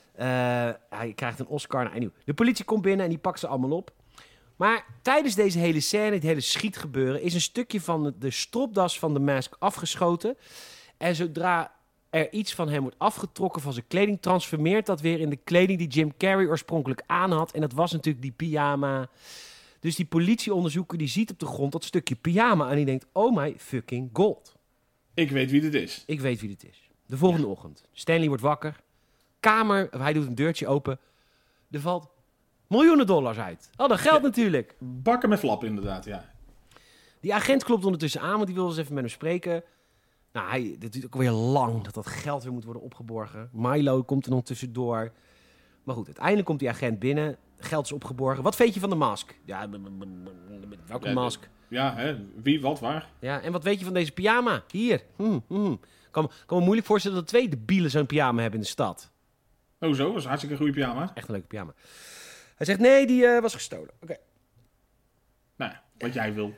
hij krijgt een Oscar. Nou, de politie komt binnen en die pakt ze allemaal op. Maar tijdens deze hele scène, het hele schietgebeuren, is een stukje van de stropdas van de Mask afgeschoten. En zodra er iets van hem wordt afgetrokken van zijn kleding, transformeert dat weer in de kleding die Jim Carrey oorspronkelijk aan had. En dat was natuurlijk die pyjama. Dus die politieonderzoeker die ziet op de grond dat stukje pyjama en die denkt, oh my fucking god. Ik weet wie dit is. Ik weet wie dit is. De volgende ochtend. Stanley wordt wakker. Hij doet een deurtje open. Er valt miljoenen dollars uit. Oh, dat geld natuurlijk. Bakken met flap inderdaad, ja. Die agent klopt ondertussen aan, want die wil eens even met hem spreken. Nou, het duurt ook weer lang dat geld weer moet worden opgeborgen. Milo komt er nog tussendoor. Maar goed, uiteindelijk komt die agent binnen. Geld is opgeborgen. Wat weet je van de mask? Ja, welke mask? Ja, hè? Wie, wat, waar? Ja, en wat weet je van deze pyjama? Hier. Kan me moeilijk voorstellen dat 2 debielen zo'n pyjama hebben in de stad. Oh zo, dat is een hartstikke goede pyjama. Echt een leuke pyjama. Hij zegt, nee, die was gestolen. Oké. Nou, wat jij wil.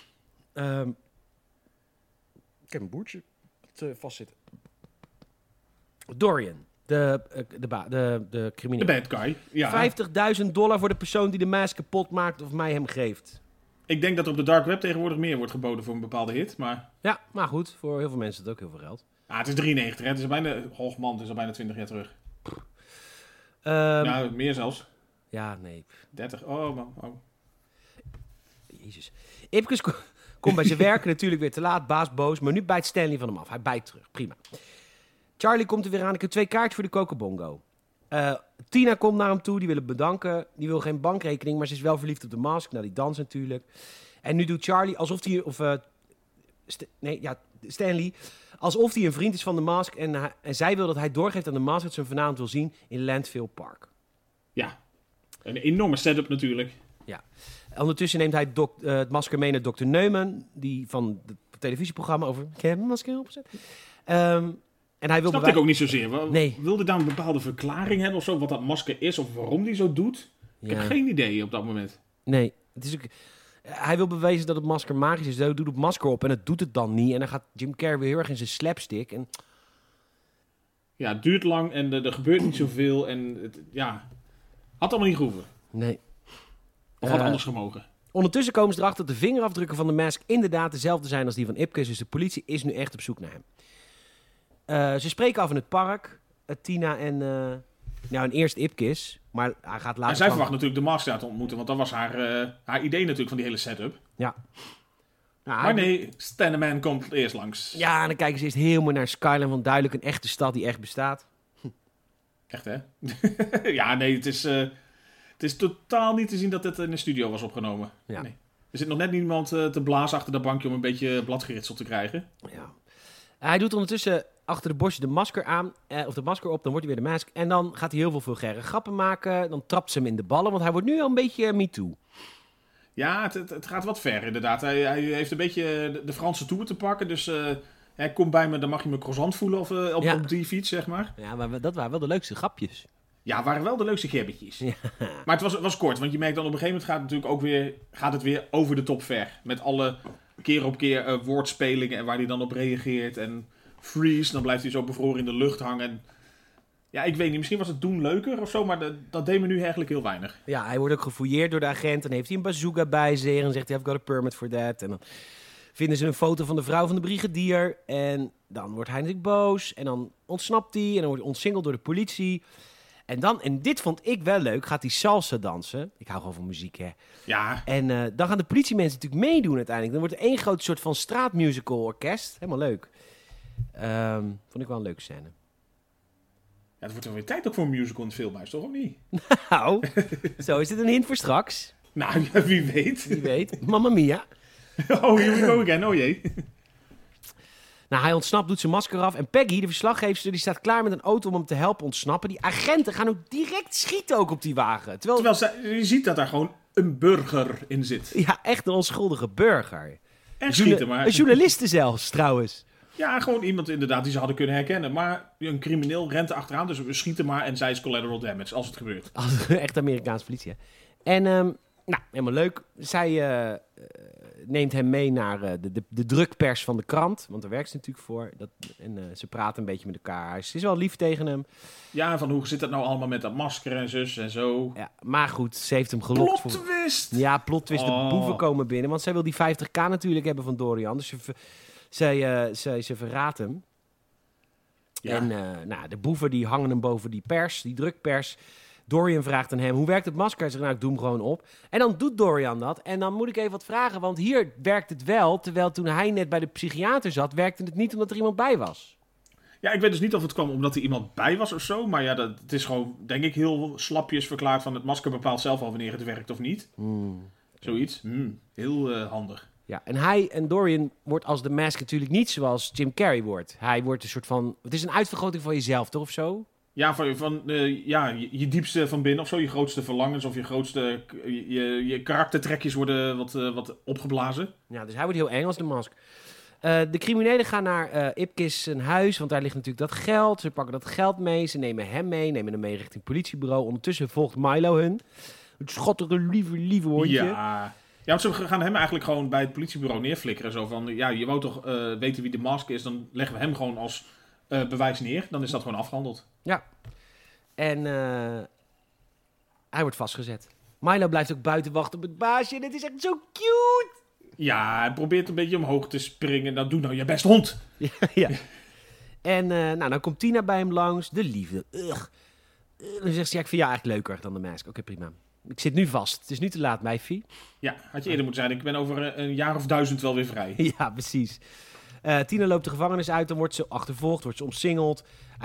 Ik heb een boertje vastzitten. Dorian, de crimineel. De bad guy, ja. $50.000 voor de persoon die de mask kapot maakt of mij hem geeft. Ik denk dat er op de dark web tegenwoordig meer wordt geboden voor een bepaalde hit, maar... Ja, maar goed, voor heel veel mensen is het ook heel veel geld. Het is 93, hè. Het is bijna... Het is al bijna 20 jaar terug. Meer zelfs. Ja, nee. 30, oh man. Oh. Jezus. Ipkiss komt bij zijn werk natuurlijk weer te laat, baas boos, maar nu bijt Stanley van hem af. Hij bijt terug, prima. Charlie komt er weer aan, ik heb 2 kaartjes voor de Cocobongo. Tina komt naar hem toe, die wil hem bedanken. Die wil geen bankrekening, maar ze is wel verliefd op de mask. Nou, die dans natuurlijk. En nu doet Charlie alsof hij... Stanley... Alsof hij een vriend is van de mask. En zij wil dat hij doorgeeft aan de mask dat ze hem vanavond wil zien in Landfill Park. Ja, een enorme setup natuurlijk. Ja. Ondertussen neemt hij het masker mee naar Dr. Neumann, die van het televisieprogramma over... Ik heb een masker opgezet. En hij wil snapte ik ook niet zozeer. Nee. Wilde daar een bepaalde verklaring hebben of zo, wat dat masker is of waarom die zo doet? Ik heb geen idee op dat moment. Nee, het is ook... Hij wil bewijzen dat het masker magisch is. Hij doet het masker op en het doet het dan niet. En dan gaat Jim Carrey weer heel erg in zijn slapstick. En... Ja, het duurt lang en er gebeurt niet zoveel. En had allemaal niet gehoeven. Nee. Of had anders gemogen. Ondertussen komen ze erachter dat de vingerafdrukken van de mask inderdaad dezelfde zijn als die van Ipkiss. Dus de politie is nu echt op zoek naar hem. Ze spreken af in het park. Tina en eerst Ipkiss. Maar hij gaat later... En zij verwacht natuurlijk de mask te ontmoeten. Want dat was haar idee natuurlijk van die hele setup. Ja. Nou, maar nee, Stan the Man komt eerst langs. Ja, en dan kijken ze eerst heel mooi naar Skyline. Want duidelijk een echte stad die echt bestaat. Echt, hè? Ja, nee, het is totaal niet te zien dat dit in de studio was opgenomen. Ja. Nee. Er zit nog net niemand te blazen achter dat bankje om een beetje bladgeritsel te krijgen. Ja. Hij doet ondertussen achter de borstje de masker aan, of de masker op, dan wordt hij weer de mask. En dan gaat hij heel veel vulgaire grappen maken. Dan trapt ze hem in de ballen, want hij wordt nu al een beetje MeToo. Ja, het gaat wat ver inderdaad. Hij heeft een beetje de Franse toer te pakken, dus... kom bij me, dan mag je me croissant voelen of op die fiets, zeg maar. Ja, maar dat waren wel de leukste grapjes. Ja, waren wel de leukste gebbetjes. Ja. Maar het was kort, want je merkt dan op een gegeven moment gaat het weer over de top ver. Met alle keer op keer woordspelingen en waar hij dan op reageert. En freeze, dan blijft hij zo bevroren in de lucht hangen. En ja, ik weet niet, misschien was het doen leuker of zo, maar dat deed me nu eigenlijk heel weinig. Ja, hij wordt ook gefouilleerd door de agent en heeft hij een bazooka bij zich en zegt hij, I've got a permit for that. En dan vinden ze een foto van de vrouw van de brigadier en dan wordt hij natuurlijk boos en dan ontsnapt hij en dan wordt hij ontsingeld door de politie. En dit vond ik wel leuk, gaat hij salsa dansen. Ik hou gewoon van muziek, hè. Ja. En dan gaan de politiemensen natuurlijk meedoen uiteindelijk. Dan wordt er één groot soort van straatmusical orkest. Helemaal leuk. Vond ik wel een leuke scène. Ja, het wordt wel weer tijd ook voor een musical in het filmhuis, toch of niet? Nou, zo is dit een hint voor straks. Nou, ja, wie weet. Wie weet. Mamma mia. Oh, here we go again. Oh jee. Nou, hij ontsnapt, doet zijn masker af. En Peggy, de verslaggeefster, die staat klaar met een auto om hem te helpen ontsnappen. Die agenten gaan ook direct schieten ook op die wagen. Terwijl je ziet dat daar gewoon een burger in zit. Ja, echt een onschuldige burger. En schieten maar. Een journaliste zelfs, trouwens. Ja, gewoon iemand inderdaad die ze hadden kunnen herkennen. Maar een crimineel rent er achteraan, dus we schieten maar en zij is collateral damage als het gebeurt. Echt Amerikaanse politie, hè. En, nou, helemaal leuk. Zij neemt hem mee naar de drukpers van de krant. Want daar werkt ze natuurlijk voor. En ze praten een beetje met elkaar. Ze is wel lief tegen hem. Ja, van hoe zit dat nou allemaal met dat masker en zus en zo. Ja, maar goed, ze heeft hem gelokt. Plot twist! Ja, plot twist. De boeven komen binnen. Want zij wil die 50k natuurlijk hebben van Dorian. Dus ze verraadt hem. Ja. En de boeven die hangen hem boven die pers, die drukpers. Dorian vraagt aan hem, hoe werkt het masker? Hij zegt, nou, ik doe hem gewoon op. En dan doet Dorian dat. En dan moet ik even wat vragen, want hier werkt het wel. Terwijl toen hij net bij de psychiater zat, werkte het niet omdat er iemand bij was. Ja, ik weet dus niet of het kwam omdat er iemand bij was of zo. Maar ja, het is gewoon, denk ik, heel slapjes verklaard van het masker bepaalt zelf al wanneer het werkt of niet. Zoiets. Heel handig. Ja, en hij en Dorian wordt als de Mask natuurlijk niet zoals Jim Carrey wordt. Hij wordt een soort van, het is een uitvergroting van jezelf, toch, of zo? Ja, je diepste van binnen of zo, je grootste verlangens of je grootste, je karaktertrekjes worden wat opgeblazen. Ja, dus hij wordt heel eng als de Mask. De criminelen gaan naar Ipkiss zijn huis, want daar ligt natuurlijk dat geld. Ze pakken dat geld mee, ze nemen hem mee richting het politiebureau. Ondertussen volgt Milo hun. Het schattige, lieve hondje. Ja, want ze gaan hem eigenlijk gewoon bij het politiebureau neerflikkeren. Zo van, ja, je wou toch weten wie de Mask is, dan leggen we hem gewoon als bewijs neer. Dan is dat gewoon afgehandeld. Ja. En hij wordt vastgezet. Milo blijft ook buiten wachten op het baasje en het is echt zo cute. Ja, hij probeert een beetje omhoog te springen. Dan doe nou je best, hond. Ja. En dan komt Tina bij hem langs. De liefde. Dan zegt ze, ja, ik vind jou eigenlijk leuker dan de Mask. Oké, prima. Ik zit nu vast. Het is nu te laat, meifie. Ja, had je eerder moeten zijn. Ik ben over een jaar of 1000 wel weer vrij. Ja, precies. Tina loopt de gevangenis uit. Dan wordt ze achtervolgd, wordt ze omsingeld.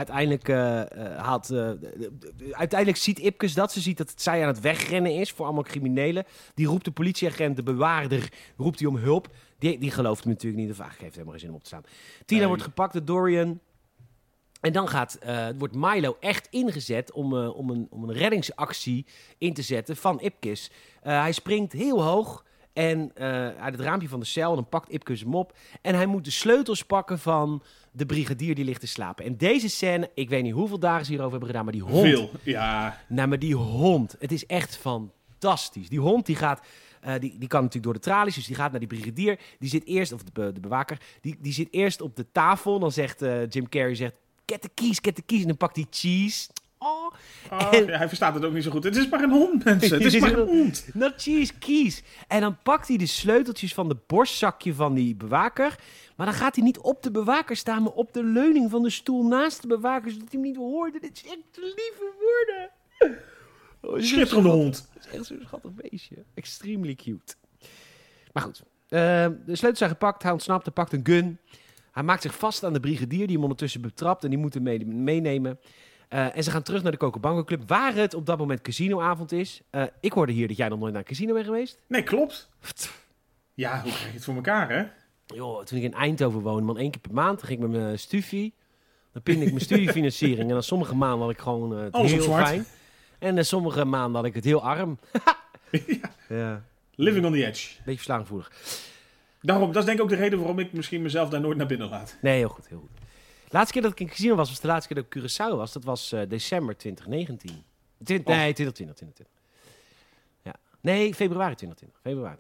Uiteindelijk ziet Ipkiss dat. Ze ziet dat zij aan het wegrennen is voor allemaal criminelen. Die roept de politieagent, de bewaarder, roept hij om hulp. Die gelooft hem natuurlijk niet. Of eigenlijk heeft helemaal geen zin om op te staan. Tina wordt gepakt door Dorian. En dan wordt Milo echt ingezet om een reddingsactie in te zetten van Ipkiss. Hij springt heel hoog en uit het raampje van de cel. En dan pakt Ipkiss hem op. En hij moet de sleutels pakken van de brigadier die ligt te slapen. En deze scène, ik weet niet hoeveel dagen ze hierover hebben gedaan, maar die hond... Veel, ja. Nou, maar die hond, het is echt fantastisch. Die hond die gaat... Die kan natuurlijk door de tralies, dus die gaat naar die brigadier. Die zit eerst, of de bewaker, die zit eerst op de tafel. Dan zegt Jim Carrey, get the keys. En dan pakt hij cheese. Hij verstaat het ook niet zo goed. Het is maar een hond, mensen. Het is maar een hond. Not cheese, keys. En dan pakt hij de sleuteltjes van de borstzakje van die bewaker. Maar dan gaat hij niet op de bewaker staan, maar op de leuning van de stoel naast de bewaker, zodat hij hem niet hoorde. Dit is echt lieve woorden. Schitterende hond. Het is echt zo'n schattig beestje. Extremely cute. Maar goed. De sleutels zijn gepakt. Hij ontsnapt. Hij pakt een gun. Hij maakt zich vast aan de brigadier die hem ondertussen betrapt. En die moet hem meenemen. En ze gaan terug naar de Cocobango Club, waar het op dat moment casinoavond is. Ik hoorde hier dat jij nog nooit naar een casino bent geweest. Nee, klopt. Ja, hoe krijg je het voor elkaar, hè? Joh, toen ik in Eindhoven woonde, man, 1 keer per maand, dan ging ik met mijn stufie. Dan pinde ik mijn studiefinanciering. En dan sommige maanden had ik gewoon het alles heel op zwart. fijn. En sommige maanden had ik het heel arm. Ja. Living on the edge. Beetje verslagenvoelig. Daarom, dat is denk ik ook de reden waarom ik misschien mezelf daar nooit naar binnen laat. Nee, heel goed, heel goed. De laatste keer dat ik in casino was de laatste keer dat ik Curaçao was. Dat was december 2019. Nee, 2020. Ja. Nee, februari 2020.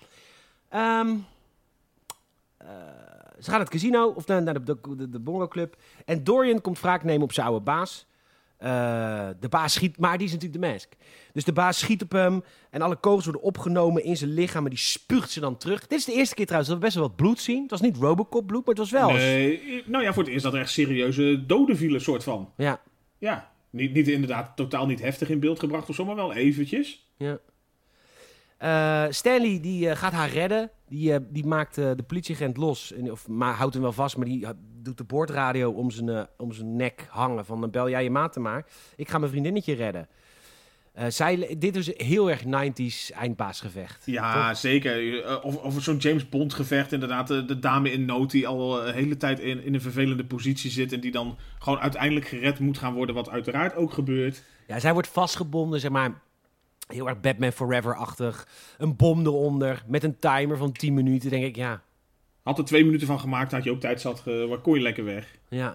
Ze gaan naar het casino, of naar de Bongo Club. En Dorian komt wraak nemen op zijn oude baas. De baas schiet, maar die is natuurlijk de Mask. Dus de baas schiet op hem en alle kogels worden opgenomen in zijn lichaam en die spuugt ze dan terug. Dit is de eerste keer trouwens dat we best wel wat bloed zien. Het was niet Robocop bloed, maar het was wel... Nee, nou ja, voor het eerst dat er echt serieuze doden vielen, soort van. Ja. Ja, niet inderdaad totaal niet heftig in beeld gebracht of zo, maar wel eventjes. Ja. Stanley die gaat haar redden. Die maakt de politieagent los. Maar houdt hem wel vast, maar die doet de boordradio om zijn nek hangen. Van, dan bel jij je maat maar. Ik ga mijn vriendinnetje redden. Dit is heel erg 90s eindbaasgevecht. Ja, toch? Zeker. Of zo'n James Bond gevecht. Inderdaad, de dame in nood die al de hele tijd in een vervelende positie zit. En die dan gewoon uiteindelijk gered moet gaan worden. Wat uiteraard ook gebeurt. Ja, zij wordt vastgebonden, zeg maar... Heel erg Batman Forever-achtig. Een bom eronder. Met een timer van 10 minuten. Denk ik, ja. Had er 2 minuten van gemaakt. Had je ook tijd zat. Waar kon je lekker weg. Ja.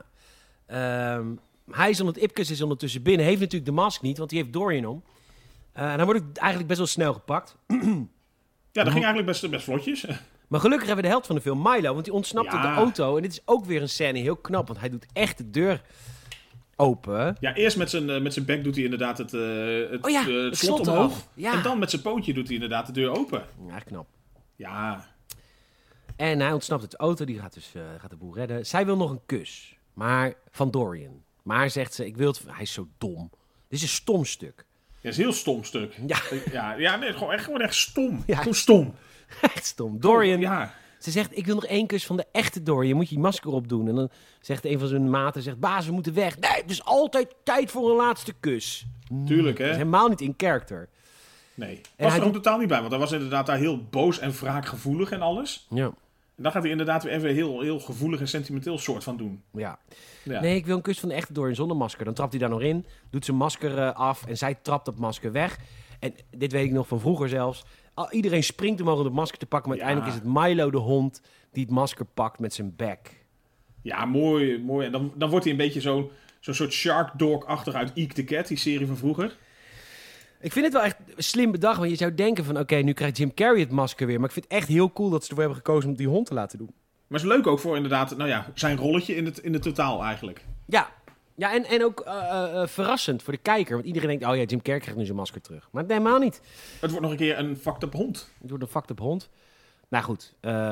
Ipkiss is ondertussen binnen. Heeft natuurlijk de mask niet. Want die heeft Dorian om. En dan wordt het eigenlijk best wel snel gepakt. Ja, dat ging eigenlijk best vlotjes. Maar gelukkig hebben we de helft van de film Milo. Want die ontsnapt uit de auto. En dit is ook weer een scène heel knap. Want hij doet echt de deur... open. Ja, eerst met zijn bek doet hij inderdaad het slot omhoog. Ja. En dan met zijn pootje doet hij inderdaad de deur open. Ja, knap. Ja. En hij ontsnapt uit de auto. Die gaat de boel redden. Zij wil nog een kus. Maar van Dorian. Maar zegt ze, hij is zo dom. Dit is een stom stuk. Ja, het is een heel stom stuk. Ja, nee, gewoon echt stom. Ja. Gewoon stom. Echt stom. Dorian, ja. Ze zegt, ik wil nog 1 kus van de echte Dorian. Je moet je masker opdoen. En dan zegt een van zijn maten, zegt, baas, we moeten weg. Nee, het is altijd tijd voor een laatste kus. Tuurlijk, hè. Dat is helemaal niet in character. Nee, was er ook totaal niet bij. Want hij was inderdaad daar heel boos en wraakgevoelig en alles. Ja. En dan gaat hij inderdaad weer even heel, heel gevoelig en sentimenteel soort van doen. Ja. Nee, ik wil een kus van de echte Dorian zonder masker. Dan trapt hij daar nog in, doet zijn masker af en zij trapt dat masker weg. En dit weet ik nog van vroeger zelfs. Iedereen springt omhoog om het masker te pakken, maar uiteindelijk is het Milo de hond die het masker pakt met zijn bek. Ja, mooi. En dan wordt hij een beetje zo'n soort Shark Dog-achtig uit Eek the Cat, die serie van vroeger. Ik vind het wel echt slim bedacht, want je zou denken van oké, nu krijgt Jim Carrey het masker weer. Maar ik vind het echt heel cool dat ze ervoor hebben gekozen om die hond te laten doen. Maar het is leuk ook voor inderdaad, zijn rolletje in het totaal eigenlijk. Ja, en ook verrassend voor de kijker. Want iedereen denkt, Jim Carrey krijgt nu zijn masker terug. Maar helemaal niet. Het wordt nog een keer een fucked up hond. Het wordt een fucked up hond. Nou goed,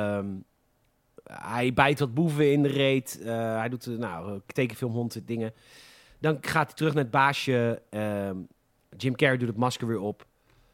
hij bijt wat boeven in de reet. Hij doet tekenfilmhond dingen. Dan gaat hij terug naar het baasje. Jim Carrey doet het masker weer op.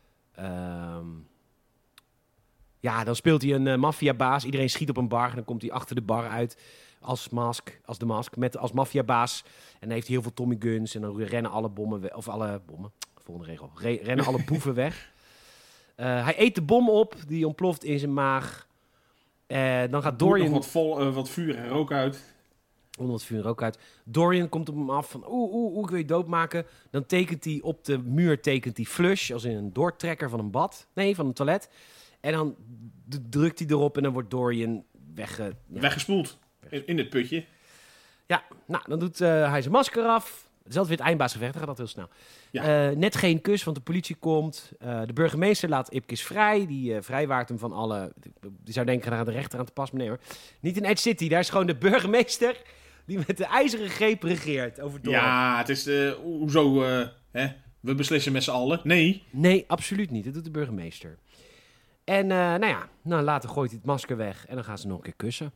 Dan speelt hij een maffiabaas. Iedereen schiet op een bar. En dan komt hij achter de bar uit als de mask. Als maffiabaas. En dan heeft hij heel veel Tommy guns. En dan rennen alle bommen weg. Of alle bommen. Volgende regel. Rennen alle boeven weg. Hij eet de bom op. Die ontploft in zijn maag. Dan gaat Dorian... nog wat vuur en rook uit. Onder het vuur en rook uit. Dorian komt op hem af van... ik wil je doodmaken. Dan tekent hij op de muur flush. Als in een doortrekker van een bad. Nee, van een toilet. En dan drukt hij erop en dan wordt Dorian weggespoeld. In het putje. Ja, nou, dan doet hij zijn masker af. Het is altijd weer het eindbaasgevecht, dan gaat dat heel snel. Ja. Net geen kus, want de politie komt. De burgemeester laat Ipkiss vrij. Die vrijwaart hem van alle... Die zou denken, daar de rechter aan te pas. Maar nee hoor. Niet in Edge City. Daar is gewoon de burgemeester die met de ijzeren greep regeert over Dorian. Ja, het is hoezo... we beslissen met z'n allen. Nee, absoluut niet. Dat doet de burgemeester. En later gooit hij het masker weg. En dan gaan ze nog een keer kussen.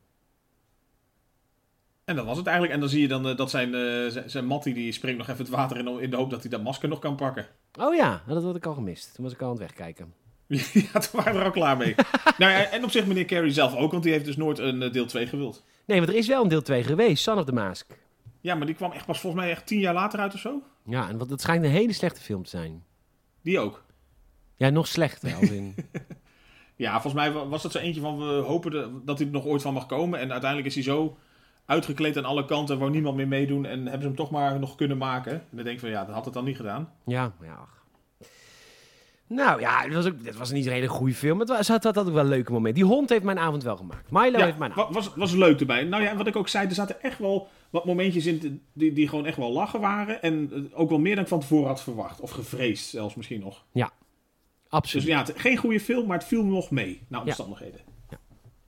En dat was het eigenlijk. En dan zie je dan dat zijn Mattie, die springt nog even het water in de hoop dat hij dat masker nog kan pakken. Oh ja, dat had ik al gemist. Toen was ik al aan het wegkijken. Ja, toen waren we er al klaar mee. En op zich meneer Carrey zelf ook, want die heeft dus nooit een deel 2 gewild. Nee, want er is wel een deel 2 geweest, Son of the Mask. Ja, maar die kwam echt pas volgens mij 10 jaar later uit of zo. Ja, en dat schijnt een hele slechte film te zijn. Die ook? Ja, nog slechter. Als in... Ja, volgens mij was dat zo eentje van, we hopen dat hij er nog ooit van mag komen. En uiteindelijk is hij zo uitgekleed aan alle kanten, wou niemand meer meedoen. En hebben ze hem toch maar nog kunnen maken. En dan denk ik van, dat had het dan niet gedaan. Ja. Nou ja, het was niet een hele goede film. Maar het had ook wel een leuke moment. Die hond heeft mijn avond wel gemaakt. Milo heeft mijn avond. Was leuk erbij. Nou ja, wat ik ook zei, er zaten echt wel wat momentjes in die gewoon echt wel lachen waren. En ook wel meer dan ik van tevoren had verwacht. Of gevreesd zelfs misschien nog. Ja, absoluut. Dus geen goede film, maar het viel nog mee. Naar omstandigheden. Ja.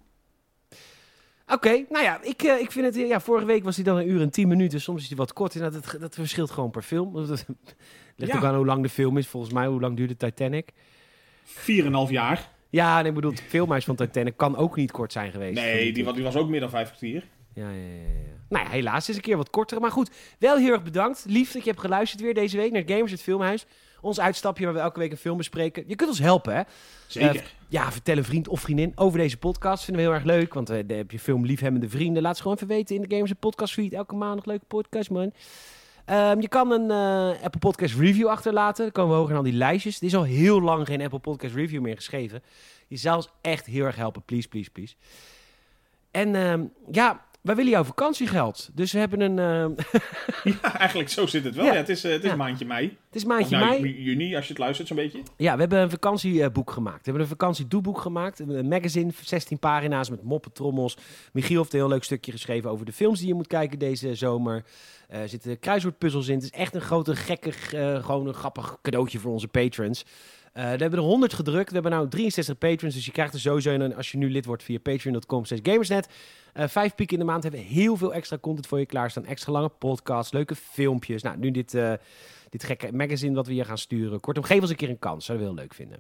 Oké, nou ja, ik vind het... vorige week was hij dan 1 uur en 10 minuten. Soms is hij wat kort. En dat verschilt gewoon per film. Dat ligt ook aan hoe lang de film is, volgens mij. Hoe lang duurde Titanic? 4,5 jaar. Ja, nee, ik bedoel, het filmhuis van Titanic kan ook niet kort zijn geweest. Nee, die was ook meer dan 5 kwartier. Ja. Nou ja, helaas is een keer wat korter. Maar goed, wel heel erg bedankt. Lief dat je hebt geluisterd weer deze week naar Gamers het Filmhuis. Ons uitstapje waar we elke week een film bespreken. Je kunt ons helpen, hè? Zeker. Vertel een vriend of vriendin over deze podcast. Vinden we heel erg leuk, want dan heb je filmliefhebbende vrienden. Laat ze gewoon even weten in de Gamers podcast feed. Elke maandag leuke podcast, man. Je kan een Apple Podcast review achterlaten. Dan komen we hoger in al die lijstjes. Er is al heel lang geen Apple Podcast review meer geschreven. Je zou ons echt heel erg helpen. Please, please, please. En wij willen jouw vakantiegeld. Dus we hebben een... Ja, eigenlijk zo zit het wel. Ja, het is maandje mei. Het is maandje mei. Juni, als je het luistert zo'n beetje. Ja, we hebben een vakantieboek gemaakt. We hebben een vakantiedoeboek gemaakt. Een magazine, 16 pagina's met moppen, trommels. Michiel heeft een heel leuk stukje geschreven over de films die je moet kijken deze zomer. Er zitten kruiswoordpuzzels in. Het is echt een grote, gekke, gewoon een grappig cadeautje voor onze patrons. We hebben er 100 gedrukt. We hebben nu 63 patrons, dus je krijgt er sowieso een als je nu lid wordt via patreon.com/gamersnet. 5 piek in de maand hebben we heel veel extra content voor je klaarstaan. Extra lange podcasts, leuke filmpjes. Nou, nu dit gekke magazine wat we hier gaan sturen. Kortom, geef ons een keer een kans. Zouden we heel leuk vinden.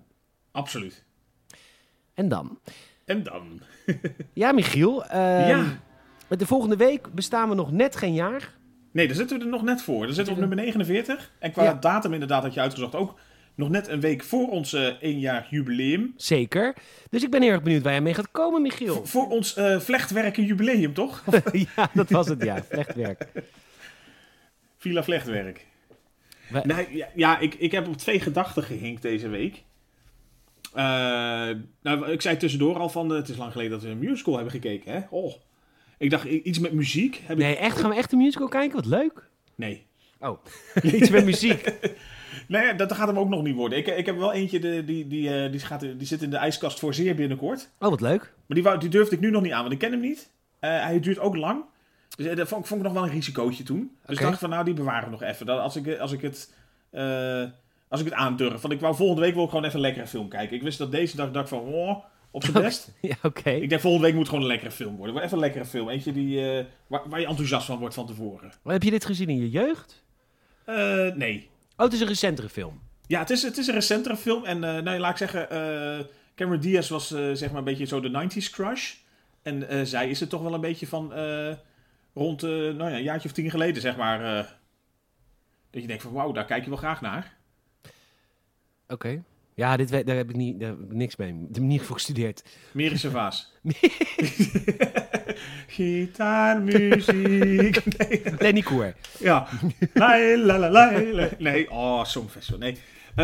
Absoluut. En dan? En dan? Ja, Michiel. De volgende week bestaan we nog net geen jaar. Nee, daar zitten we er nog net voor. Dan zitten we op nummer 49. En qua datum inderdaad had je uitgezocht ook nog net een week voor ons 1 jaar jubileum. Zeker. Dus ik ben heel erg benieuwd waar jij mee gaat komen, Michiel. Voor ons vlechtwerken jubileum, toch? Ja, dat was het, ja. Vlechtwerk. Villa Vlechtwerk. Nee, ik heb op 2 gedachten gehinkt deze week. Ik zei tussendoor al van, het is lang geleden dat we een musical hebben gekeken, hè? Oh. Ik dacht, iets met muziek. Echt? Gaan we echt een musical kijken? Wat leuk. Nee. Oh, iets met muziek. Nee, dat gaat hem ook nog niet worden. Ik heb wel eentje, die zit in de ijskast voor zeer binnenkort. Oh, wat leuk. Maar die durfde ik nu nog niet aan, want ik ken hem niet. Hij duurt ook lang. Dus dat vond ik nog wel een risicootje toen. Dus ik dacht van, die bewaren we nog even. Als ik het aandurf. Want ik wou volgende week gewoon even een lekkere film kijken. Ik wist dat deze dag dacht van, op zijn best. Ja, oké. Ik denk volgende week moet gewoon een lekkere film worden. Even een lekkere film. Eentje waar je enthousiast van wordt van tevoren. Maar heb je dit gezien in je jeugd? Nee. Oh, het is een recentere film. Ja, het is een recentere film. En laat ik zeggen, Cameron Diaz was zeg maar een beetje zo de 90s crush. En zij is het toch wel een beetje van rond een jaartje of 10 geleden, zeg maar. Dat je denkt van, wauw, daar kijk je wel graag naar. Oké. Ja, daar heb ik niks mee. Ik heb niet voor gestudeerd. Merische Vaas. Gitaarmuziek. Nee. Lenny Koer. Ja. Nee, Songfestival. Nee.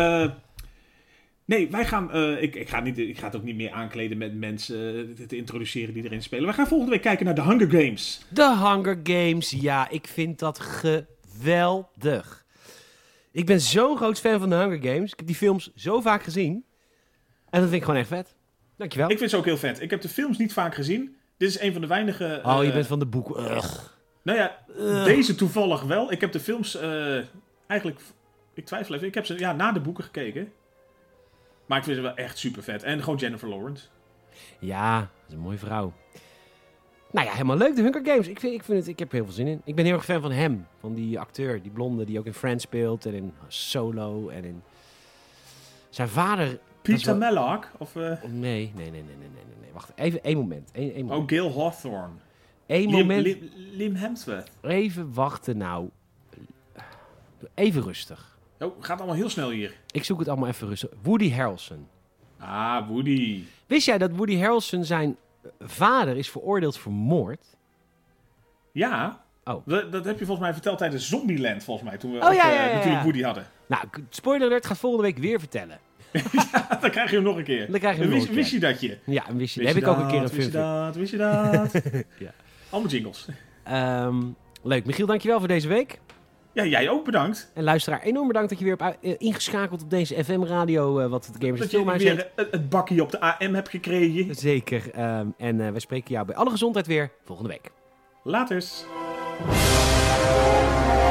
Nee, wij gaan... Ik ga het ook niet meer aankleden met mensen te introduceren die erin spelen. Wij gaan volgende week kijken naar The Hunger Games. The Hunger Games, ja. Ik vind dat geweldig. Ik ben zo'n groot fan van The Hunger Games. Ik heb die films zo vaak gezien. En dat vind ik gewoon echt vet. Dankjewel. Ik vind ze ook heel vet. Ik heb de films niet vaak gezien. Dit is een van de weinige... je bent van de boeken. Nou ja, deze toevallig wel. Ik heb de films eigenlijk... Ik twijfel even. Ik heb ze na de boeken gekeken. Maar ik vind ze wel echt super vet. En gewoon Jennifer Lawrence. Ja, dat is een mooie vrouw. Nou ja, helemaal leuk, de Hunger Games. Ik heb er heel veel zin in. Ik ben heel erg fan van hem. Van die acteur, die blonde, die ook in Friends speelt. En in Solo. En in... Zijn vader... Peter Mellark? Of, Nee. Wacht, even één moment. Oh, Gil Hawthorne. Moment. Liam Hemsworth. Even wachten nou. Even rustig. Oh, gaat allemaal heel snel hier. Ik zoek het allemaal even rustig. Woody Harrelson. Ah, Woody. Wist jij dat Woody Harrelson zijn vader is veroordeeld voor moord? Ja. Oh. Dat heb je volgens mij verteld tijdens Zombieland, volgens mij. Toen we natuurlijk Woody hadden. Nou, spoiler alert, ga volgende week weer vertellen. Ja, dan krijg je hem nog een keer. Wist je dat je? Ja, wist je. Daar heb ik ook een keer een film. Wist je dat? Ja. Allemaal jingles. Leuk. Michiel, dankjewel voor deze week. Ja, jij ook bedankt. En luisteraar, enorm bedankt dat je weer hebt ingeschakeld op deze FM-radio. Wat de Gamers dat je weer het bakkie op de AM hebt gekregen. Zeker. En wij spreken jou bij alle gezondheid weer volgende week. Laters.